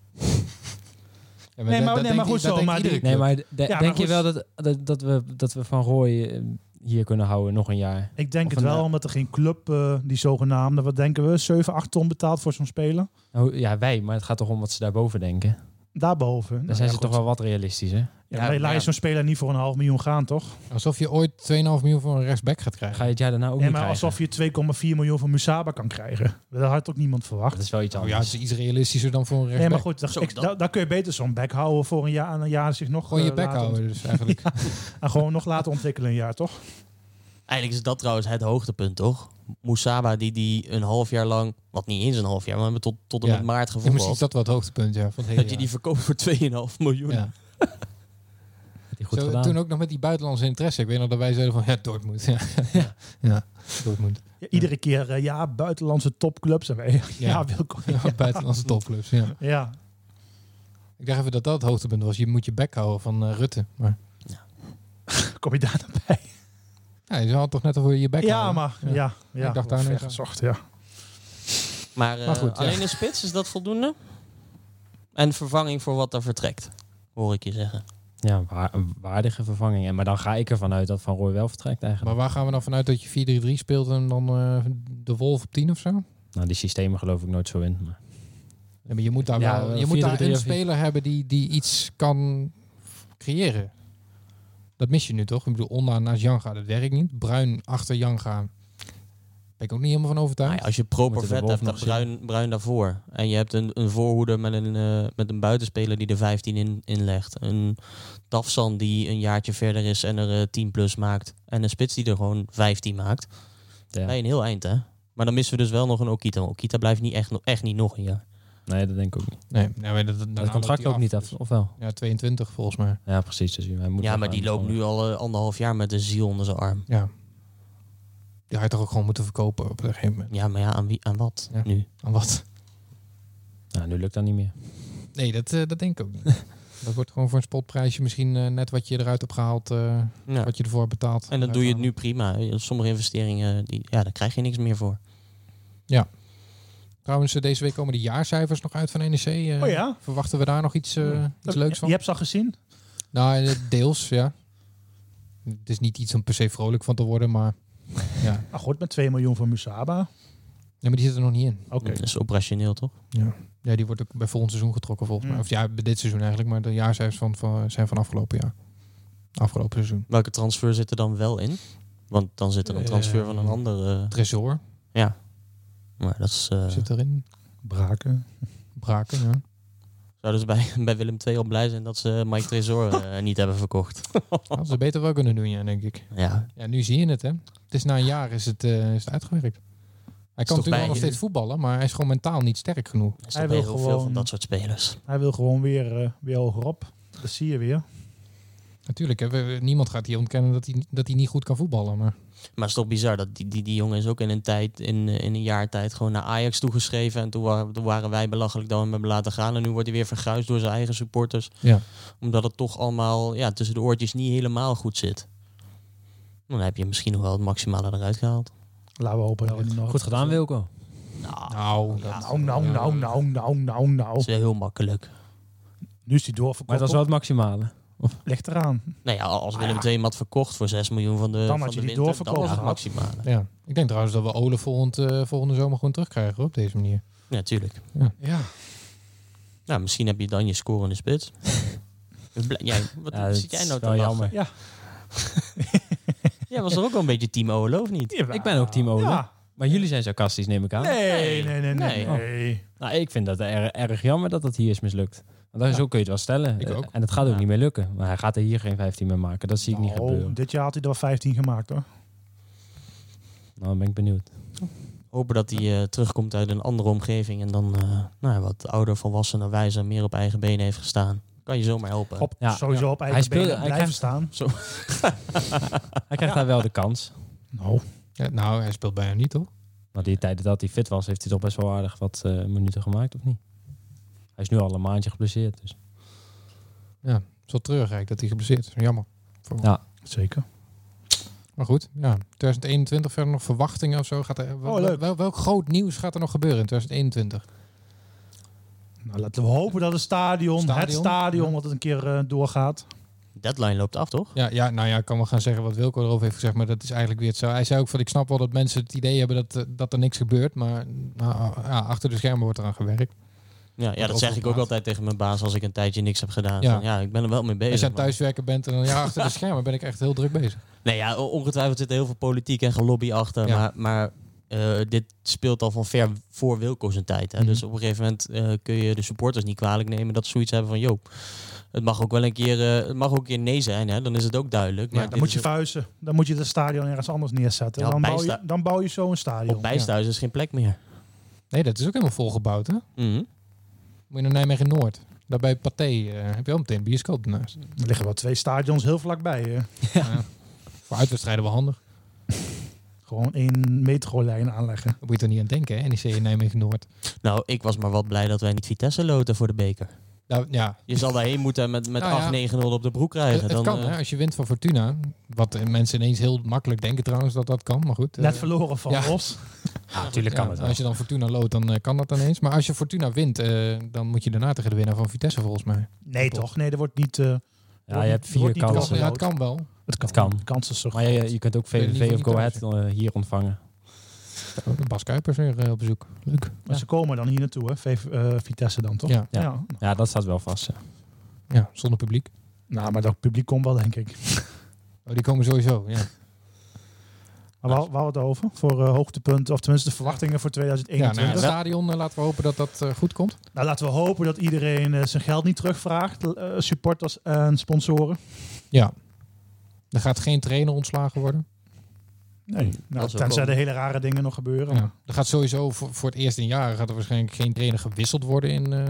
Ja, maar goed zo. Maar denk je wel dat we Van Rooij hier kunnen houden nog een jaar? Ik denk het wel, omdat er geen club, die zogenaamde, wat denken we, 7, 8 ton betaalt voor zo'n speler? Nou, ja, wij, maar het gaat toch om wat ze daarboven denken. Daarboven. Dan zijn ze toch wel wat realistisch, hè? Ja, laat je zo'n speler niet voor 500.000 gaan, toch? Alsof je ooit 2,5 miljoen voor een rechtsback gaat krijgen. Ga je het jaar daarna ook Nee, niet maar krijgen? alsof je 2,4 miljoen voor Musaba kan krijgen. Dat had toch niemand verwacht? Dat is wel iets Oh anders. ja, het is iets realistischer dan voor een rechtsback. Nee, maar goed, dan kun je beter zo'n back houden voor een jaar en een jaar zich nog... Gewoon je bek houden dus eigenlijk. Ja, en gewoon nog laten ontwikkelen een jaar, toch? Eigenlijk is dat trouwens het hoogtepunt, toch? Musaba die een half jaar lang, wat niet eens een half jaar, maar we hebben tot en met maart Misschien is gevoetbald. dat wel het hoogtepunt, ja. Van het hele Dat je die verkoopt voor 2,5 miljoen. Ja. Die goed gedaan. Toen ook nog met die buitenlandse interesse. Ik weet nog dat wij zeiden van, ja, Dortmund. Ja, Dortmund. Ja, iedere keer, buitenlandse topclubs. En wij, Wilco. Ja, buitenlandse topclubs, ja. Ja. Ik dacht even dat het hoogtepunt was. Je moet je bek houden van Rutte. Maar... Kom je daar dan bij? Ja, je had toch net over je bek houden? Maar Ik dacht daar ver nog gezocht, ja. Maar goed, alleen een spits, is dat voldoende? En vervanging voor wat er vertrekt, hoor ik je zeggen. Ja, een waardige vervanging. Maar dan ga ik ervan uit dat Van Rooij wel vertrekt eigenlijk. Maar waar gaan we dan vanuit dat je 4-3-3 speelt en dan de Wolf op 10 of zo? Nou, die systemen geloof ik nooit zo in. Maar... Ja, maar je moet daar wel je moet daar een speler hebben die iets kan creëren. Dat mis je nu toch? Ik bedoel, Onda naast Janga, dat werkt niet. Bruin achter Janga. Ben ik ook niet helemaal van overtuigd. Nou ja, als je proper vet hebt, dan Bruin daarvoor. En je hebt een voorhoeder met een buitenspeler die er 15 inlegt. Een Tafsan die een jaartje verder is en er 10 plus maakt. En een spits die er gewoon 15 maakt. Ja. Bij een heel eind, hè? Maar dan missen we dus wel nog een Okita. Okita blijft niet echt niet nog een jaar. Nee, dat denk ik ook niet. Nee, dat contract ook niet af, of wel? Ja, 22 volgens mij. Ja, precies. Dus hij moet maar die loopt nu al 1,5 jaar met de ziel onder zijn arm. Ja. Die had je toch ook gewoon moeten verkopen op een gegeven moment. Ja, maar ja, aan wat nu? Aan wat? Nou, nu lukt dat niet meer. Nee, dat denk ik ook niet. Dat wordt gewoon voor een spotprijsje misschien net wat je eruit hebt gehaald, wat je ervoor betaalt. En dan doe je het nu prima. Sommige investeringen, daar krijg je niks meer voor. Ja. Trouwens, deze week komen de jaarcijfers nog uit van NEC. Verwachten we daar nog iets leuks van? Je hebt ze al gezien? Nou, deels, ja. Het is niet iets om per se vrolijk van te worden, maar... Ja. Maar goed, met 2 miljoen van Musaba. Ja, maar die zit er nog niet in. Oké. Dat is operationeel, toch? Ja, die wordt ook bij volgend seizoen getrokken volgens mij. Of ja, bij dit seizoen eigenlijk. Maar de jaarcijfers zijn van afgelopen jaar. Afgelopen seizoen. Welke transfer zit er dan wel in? Want dan zit er een transfer van een andere... Tresor. Ja. Maar dat is... Zit erin. Braken, ja. Zouden ze bij Willem II al blij zijn dat ze Mike Tresor niet hebben verkocht? Hadden ze beter wel kunnen doen, ja, denk ik. Ja, nu zie je het, hè. Het is na een jaar is het uitgewerkt. Hij kan natuurlijk wel nog steeds voetballen, maar hij is gewoon mentaal niet sterk genoeg. Hij wil heel veel van dat soort spelers. Hij wil gewoon weer hogerop. Dat zie je weer. Natuurlijk, hè, niemand gaat hier ontkennen dat hij niet goed kan voetballen. Maar het is toch bizar dat die jongen is ook in een jaar tijd gewoon naar Ajax toegeschreven. En toen waren wij belachelijk dat we hem hebben laten gaan. En nu wordt hij weer verguisd door zijn eigen supporters. Ja. Omdat het toch allemaal tussen de oortjes niet helemaal goed zit. Dan heb je misschien nog wel het maximale eruit gehaald. Laten we hopen dat we nog... Goed gedaan, Wilco. Nou. Dat is heel makkelijk. Nu is hij doorverkocht. Maar dat is wel het maximale. Ligt eraan. Nou ja, als Willem II hem had verkocht voor 6 miljoen van de winter, dan was het maximale. Ja. Ik denk trouwens dat we Ole volgende zomer gewoon terugkrijgen op deze manier. Ja, tuurlijk. Ja. Nou, misschien heb je dan je score in de spits. Wat zit jij nou te lachen? Jammer. Ja. Jij was er ook wel een beetje team Ole, of niet? Ja, ik ben ook team Ole. Ja. Maar jullie zijn sarcastisch, neem ik aan. Nee. Nou, ik vind dat erg jammer dat het hier is mislukt. Want zo kun je het wel stellen. Ik ook. En het gaat ook niet meer lukken. Maar hij gaat er hier geen 15 meer maken. Dat zie ik niet gebeuren. Dit jaar had hij er wel 15 gemaakt, hoor. Nou, dan ben ik benieuwd. Hopen dat hij terugkomt uit een andere omgeving. En dan wat ouder, volwassener, wijzer, meer op eigen benen heeft gestaan. Kan je zomaar helpen. Sowieso op eigen benen blijven staan. Hij krijgt daar wel de kans. Nou, hij speelt bijna niet, toch? Maar die tijden dat hij fit was, heeft hij toch best wel aardig wat minuten gemaakt, of niet? Hij is nu al een maandje geblesseerd. Dus. Ja, het is wel treurig eigenlijk dat hij geblesseerd is. Jammer. Ja, zeker. Maar goed, 2021 verder nog verwachtingen of zo. Welk groot nieuws gaat er nog gebeuren in 2021? Nou, laten we hopen dat het stadion wat het een keer doorgaat. Deadline loopt af, toch? Ja, ik kan wel gaan zeggen wat Wilco erover heeft gezegd, maar dat is eigenlijk weer het zo. Hij zei ook van, ik snap wel dat mensen het idee hebben dat er niks gebeurt, maar achter de schermen wordt eraan gewerkt. Ja, dat zeg ik ook altijd tegen mijn baas als ik een tijdje niks heb gedaan. Ja, ik ben er wel mee bezig. Als je aan thuiswerken bent en dan achter de schermen ben ik echt heel druk bezig. Nee, ja, ongetwijfeld zit er heel veel politiek en gelobby achter, maar dit speelt al van ver voor Wilco zijn tijd. Hè? Mm-hmm. Dus op een gegeven moment kun je de supporters niet kwalijk nemen dat ze zoiets hebben van, het mag ook wel een keer nee zijn, hè? Dan is het ook duidelijk. Maar dan moet je vuisten. Dan moet je het stadion ergens anders neerzetten. Ja, dan bouw je zo een stadion. Op Bijsthuis is geen plek meer. Nee, dat is ook helemaal volgebouwd, hè? Mm-hmm. Moet je naar Nijmegen-Noord. Daar bij Pathé heb je wel meteen een bioscoop ernaast. Er liggen wel 2 stadions heel vlakbij. Voor uitwedstrijden wel handig. Gewoon 1 metrolijn aanleggen. Daar moet je toch niet aan denken, hè? NEC in Nijmegen-Noord. Nou, ik was maar wat blij dat wij niet Vitesse loten voor de beker. Nou, ja. Je zal daarheen moeten met Nou ja. 8-9-0 op de broek krijgen. Het kan, hè? Als je wint van Fortuna. Wat mensen ineens heel makkelijk denken trouwens dat kan. Maar goed. Net verloren van Os. Ja, natuurlijk kan het wel. Als je dan Fortuna loodt, dan kan dat ineens. Maar als je Fortuna wint, dan moet je daarna tegen de winnaar van Vitesse volgens mij. Nee, toch? Nee, er wordt niet... Ja, je hebt 4 kansen. Ja, het kan wel. Het kan. De kans is zo Maar je kunt ook VVV of Go Ahead hier ontvangen. Bas Kuipers weer op bezoek. Leuk. Maar ze komen dan hier naartoe, hè? Vitesse dan, toch? Ja. Ja, dat staat wel vast. Ja, zonder publiek. Nou, maar dat publiek komt wel, denk ik. Oh, die komen sowieso, ja. Maar waar we het over? Voor hoogtepunten, of tenminste de verwachtingen voor 2021. Ja, het stadion, laten we hopen dat dat goed komt. Nou, laten we hopen dat iedereen zijn geld niet terugvraagt. Supporters en sponsoren. Ja. Er gaat geen trainer ontslagen worden. Nee, nou, tenzij de hele rare dingen nog gebeuren. Ja. Er gaat sowieso voor het eerst in jaren gaat er waarschijnlijk geen trainer gewisseld worden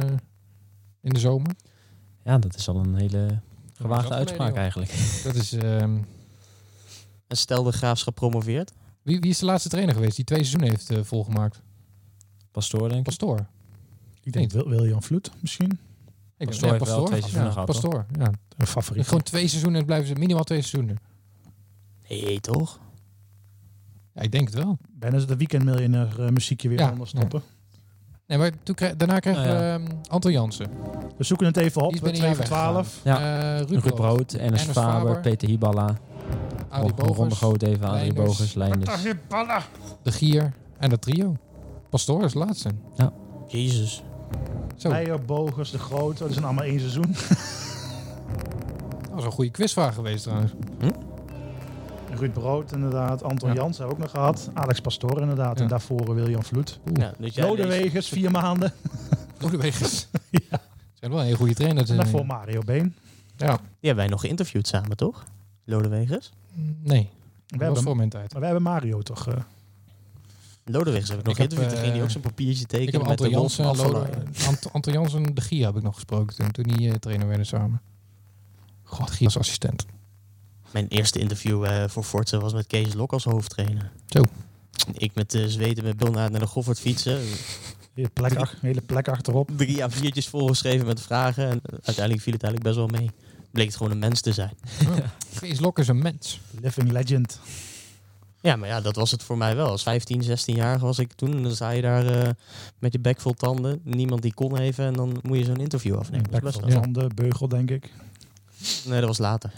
in de zomer. Ja, dat is al een hele gewaagde uitspraak eigenlijk. Dat is... En stel de Graafschap promoveert. Wie is de laatste trainer geweest die 2 seizoenen heeft volgemaakt? Pastoor, denk ik. Pastoor. Ik denk William Vloed misschien. Pastoor heeft wel 2 seizoenen gehad. Pastoor, ja. Een favoriet. Gewoon 2 seizoenen en blijven ze minimaal 2 seizoenen. Nee, toch? Ja, ik denk het wel. Bijna is de weekendmiljonair muziekje weer onderstoppen. Nee, maar daarna krijgen we Anton Jansen. We zoeken het even op. 2 voor 12. Ja. Ruud Brood, Ernest Faber, Peter Hiballa. Ron de Groot even, Adrie Bogers, Leinders. De Gier en dat trio. Pastoor is de laatste. Ja. Jezus. Zo. Meijer, Bogers, de Groot. Dat zijn allemaal 1 seizoen. Dat was een goede quizvraag geweest trouwens. Ruud Brood inderdaad. Anton Jans hebben we ook nog gehad. Alex Pastoor inderdaad. Ja. En daarvoor William Vloed. Ja, dus Lodewegers, 4 maanden. Lodewegers. Ja. Zijn wel een hele goede trainer. En daarvoor Mario Been. Ja. Die hebben wij nog geïnterviewd samen, toch? Lodewegers? Nee. We hebben voor mijn tijd. Maar wij hebben Mario toch... Lodewegers heb ik nog geïnterviewd. Toen ging hij ook zo'n papiertje tekenen. Ik heb met Anton de Jansen, Anton Jansen en de Gier heb ik nog gesproken toen die trainer werden samen. God, Gier als assistent. Mijn eerste interview voor Forza was met Kees Lok als hoofdtrainer. Zo. Ik met zweten met Bill naar de Goffert fietsen. Hele plek achterop. 3 A4'tjes volgeschreven met vragen. En uiteindelijk viel het eigenlijk best wel mee. Bleek het gewoon een mens te zijn. Kees Lok is een mens. Living legend. Ja, maar ja, dat was het voor mij wel. Als 15, 16-jarige was ik toen. Dan sta je daar met je bek vol tanden. Niemand die kon even. En dan moet je zo'n interview afnemen. Bek vol tanden, beugel denk ik. Nee, dat was later.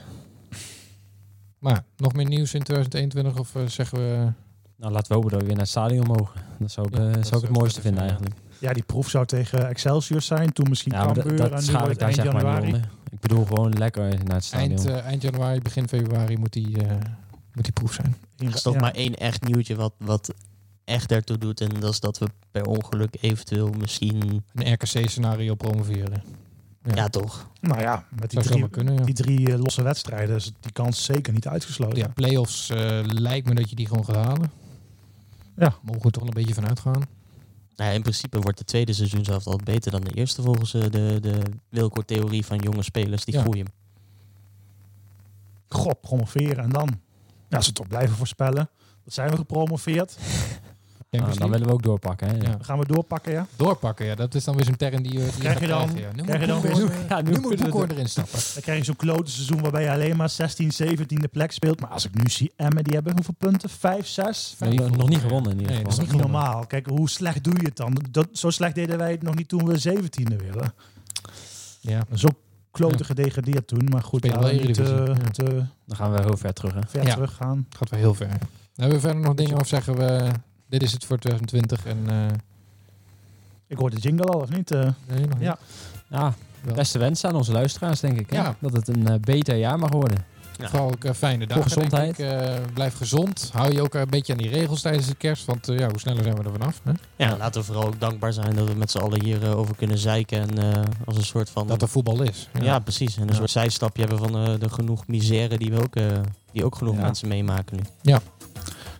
Maar nog meer nieuws in 2021 of zeggen we... Nou, laten we hopen dat we weer naar het stadion mogen. Dat zou ik, het mooiste vinden eigenlijk. Ja, die proef zou tegen Excelsior zijn. Toen misschien Cambuur. Dat en nu schaal wordt ik daar eind zeg maar januari. niet onder. Ik bedoel gewoon lekker naar het stadion. Eind januari, begin februari moet die proef zijn. Er is toch maar 1 echt nieuwtje wat echt ertoe doet. En dat is dat we per ongeluk eventueel misschien... Een RKC-scenario promoveren. Ja, toch? Nou ja, met die 3 losse wedstrijden is die kans zeker niet uitgesloten. Ja, play-offs lijkt me dat je die gewoon gaat halen. Ja. Mogen we toch een beetje van uitgaan. Nou ja, in principe wordt de tweede seizoen zelf altijd beter dan de eerste volgens de Wilco-theorie van jonge spelers die groeien. God, promoveren en dan? Ja, als we toch blijven voorspellen. Dat zijn we gepromoveerd. Dan willen we ook doorpakken. Hè? Ja. Gaan we doorpakken, ja? Doorpakken, ja. Dat is dan weer zo'n term die krijg je dan? Nu moet Boekhoorn erin stappen. Dan krijg je zo'n klote seizoen waarbij je alleen maar 16, 17e plek speelt. Maar als ik nu zie Emmen, die hebben hoeveel punten? 5, 6? Nee, nog niet gewonnen in ieder geval. Dat is niet normaal. Kijk, hoe slecht doe je het dan? Zo slecht deden wij het nog niet toen we 17e werden. Ja. Zo klote gedegradeerd toen. Maar goed, dan gaan we heel ver terug. Hè? Ver terug gaan. Gaat wel heel ver. Dan hebben we verder nog dingen of zeggen we... Dit is het voor 2020 en... Ik hoor de jingle al, of niet? Nee, nog niet. Ja, beste wensen aan onze luisteraars, denk ik. Ja. Dat het een beter jaar mag worden. Ja. Vooral ook fijne dagen, gezondheid. Blijf gezond. Hou je ook een beetje aan die regels tijdens de kerst. Want hoe sneller zijn we er vanaf. Hè? Ja, laten we vooral ook dankbaar zijn dat we met z'n allen hier over kunnen zeiken. En als een soort van... Dat er voetbal is. Ja, precies. En een soort zijstapje hebben van de genoeg misère die ook genoeg mensen meemaken nu. Ja.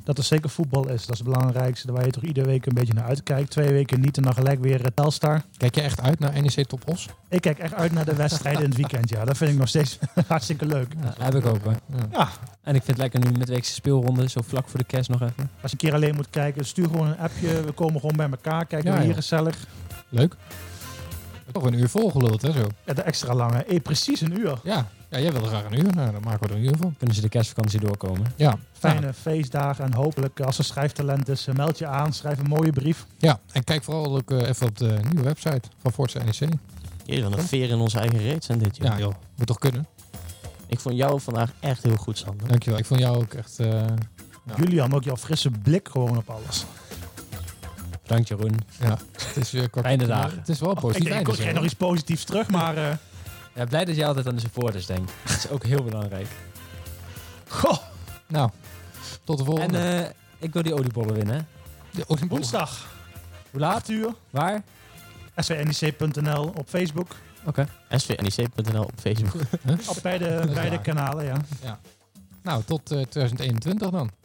dat er zeker voetbal is. Dat is het belangrijkste, waar je toch iedere week een beetje naar uitkijkt. 2 weken niet en dan gelijk weer Telstar. Kijk je echt uit naar NEC Top Os? Ik kijk echt uit naar de wedstrijden in het weekend. Ja, dat vind ik nog steeds hartstikke leuk. Ja, heb ik ook hoor. Ja. En ik vind het lekker nu met weekse speelronde, zo vlak voor de kerst nog even. Als je een keer alleen moet kijken, stuur gewoon een appje. We komen gewoon bij elkaar. Kijken we hier joh. gezellig. Leuk. Toch een uur volgeluld, hè zo? Ja, de extra lange. Precies een uur. Ja, jij wilde graag een uur. Nou, dan maken we er een uur van. Kunnen ze de kerstvakantie doorkomen. Ja. Fijne feestdagen en hopelijk als er schrijftalent is, meld je aan. Schrijf een mooie brief. Ja, en kijk vooral ook even op de nieuwe website van Forza NEC. Jezus, wat een veer in onze eigen reet zijn dit, joh. Ja joh, moet toch kunnen. Ik vond jou vandaag echt heel goed, Sander. Dankjewel, ik vond jou ook echt... Ja. Julian, ook jouw frisse blik gewoon op alles. Bedankt Jeroen. Ja, het is weer kort. Fijne dagen. Het is wel positief. Ik krijg nog iets positiefs terug, maar... Ja, blij dat je altijd aan de supporters denkt. Dat is ook heel belangrijk. Goh. Nou, tot de volgende. En ik wil die oliebollen winnen. Hè? De oliebollen. Woensdag. Hoe laat? 8 uur. Waar? svnec.nl op Facebook. Oké. svnec.nl op Facebook. Op beide kanalen, ja. Nou, tot 2021 dan.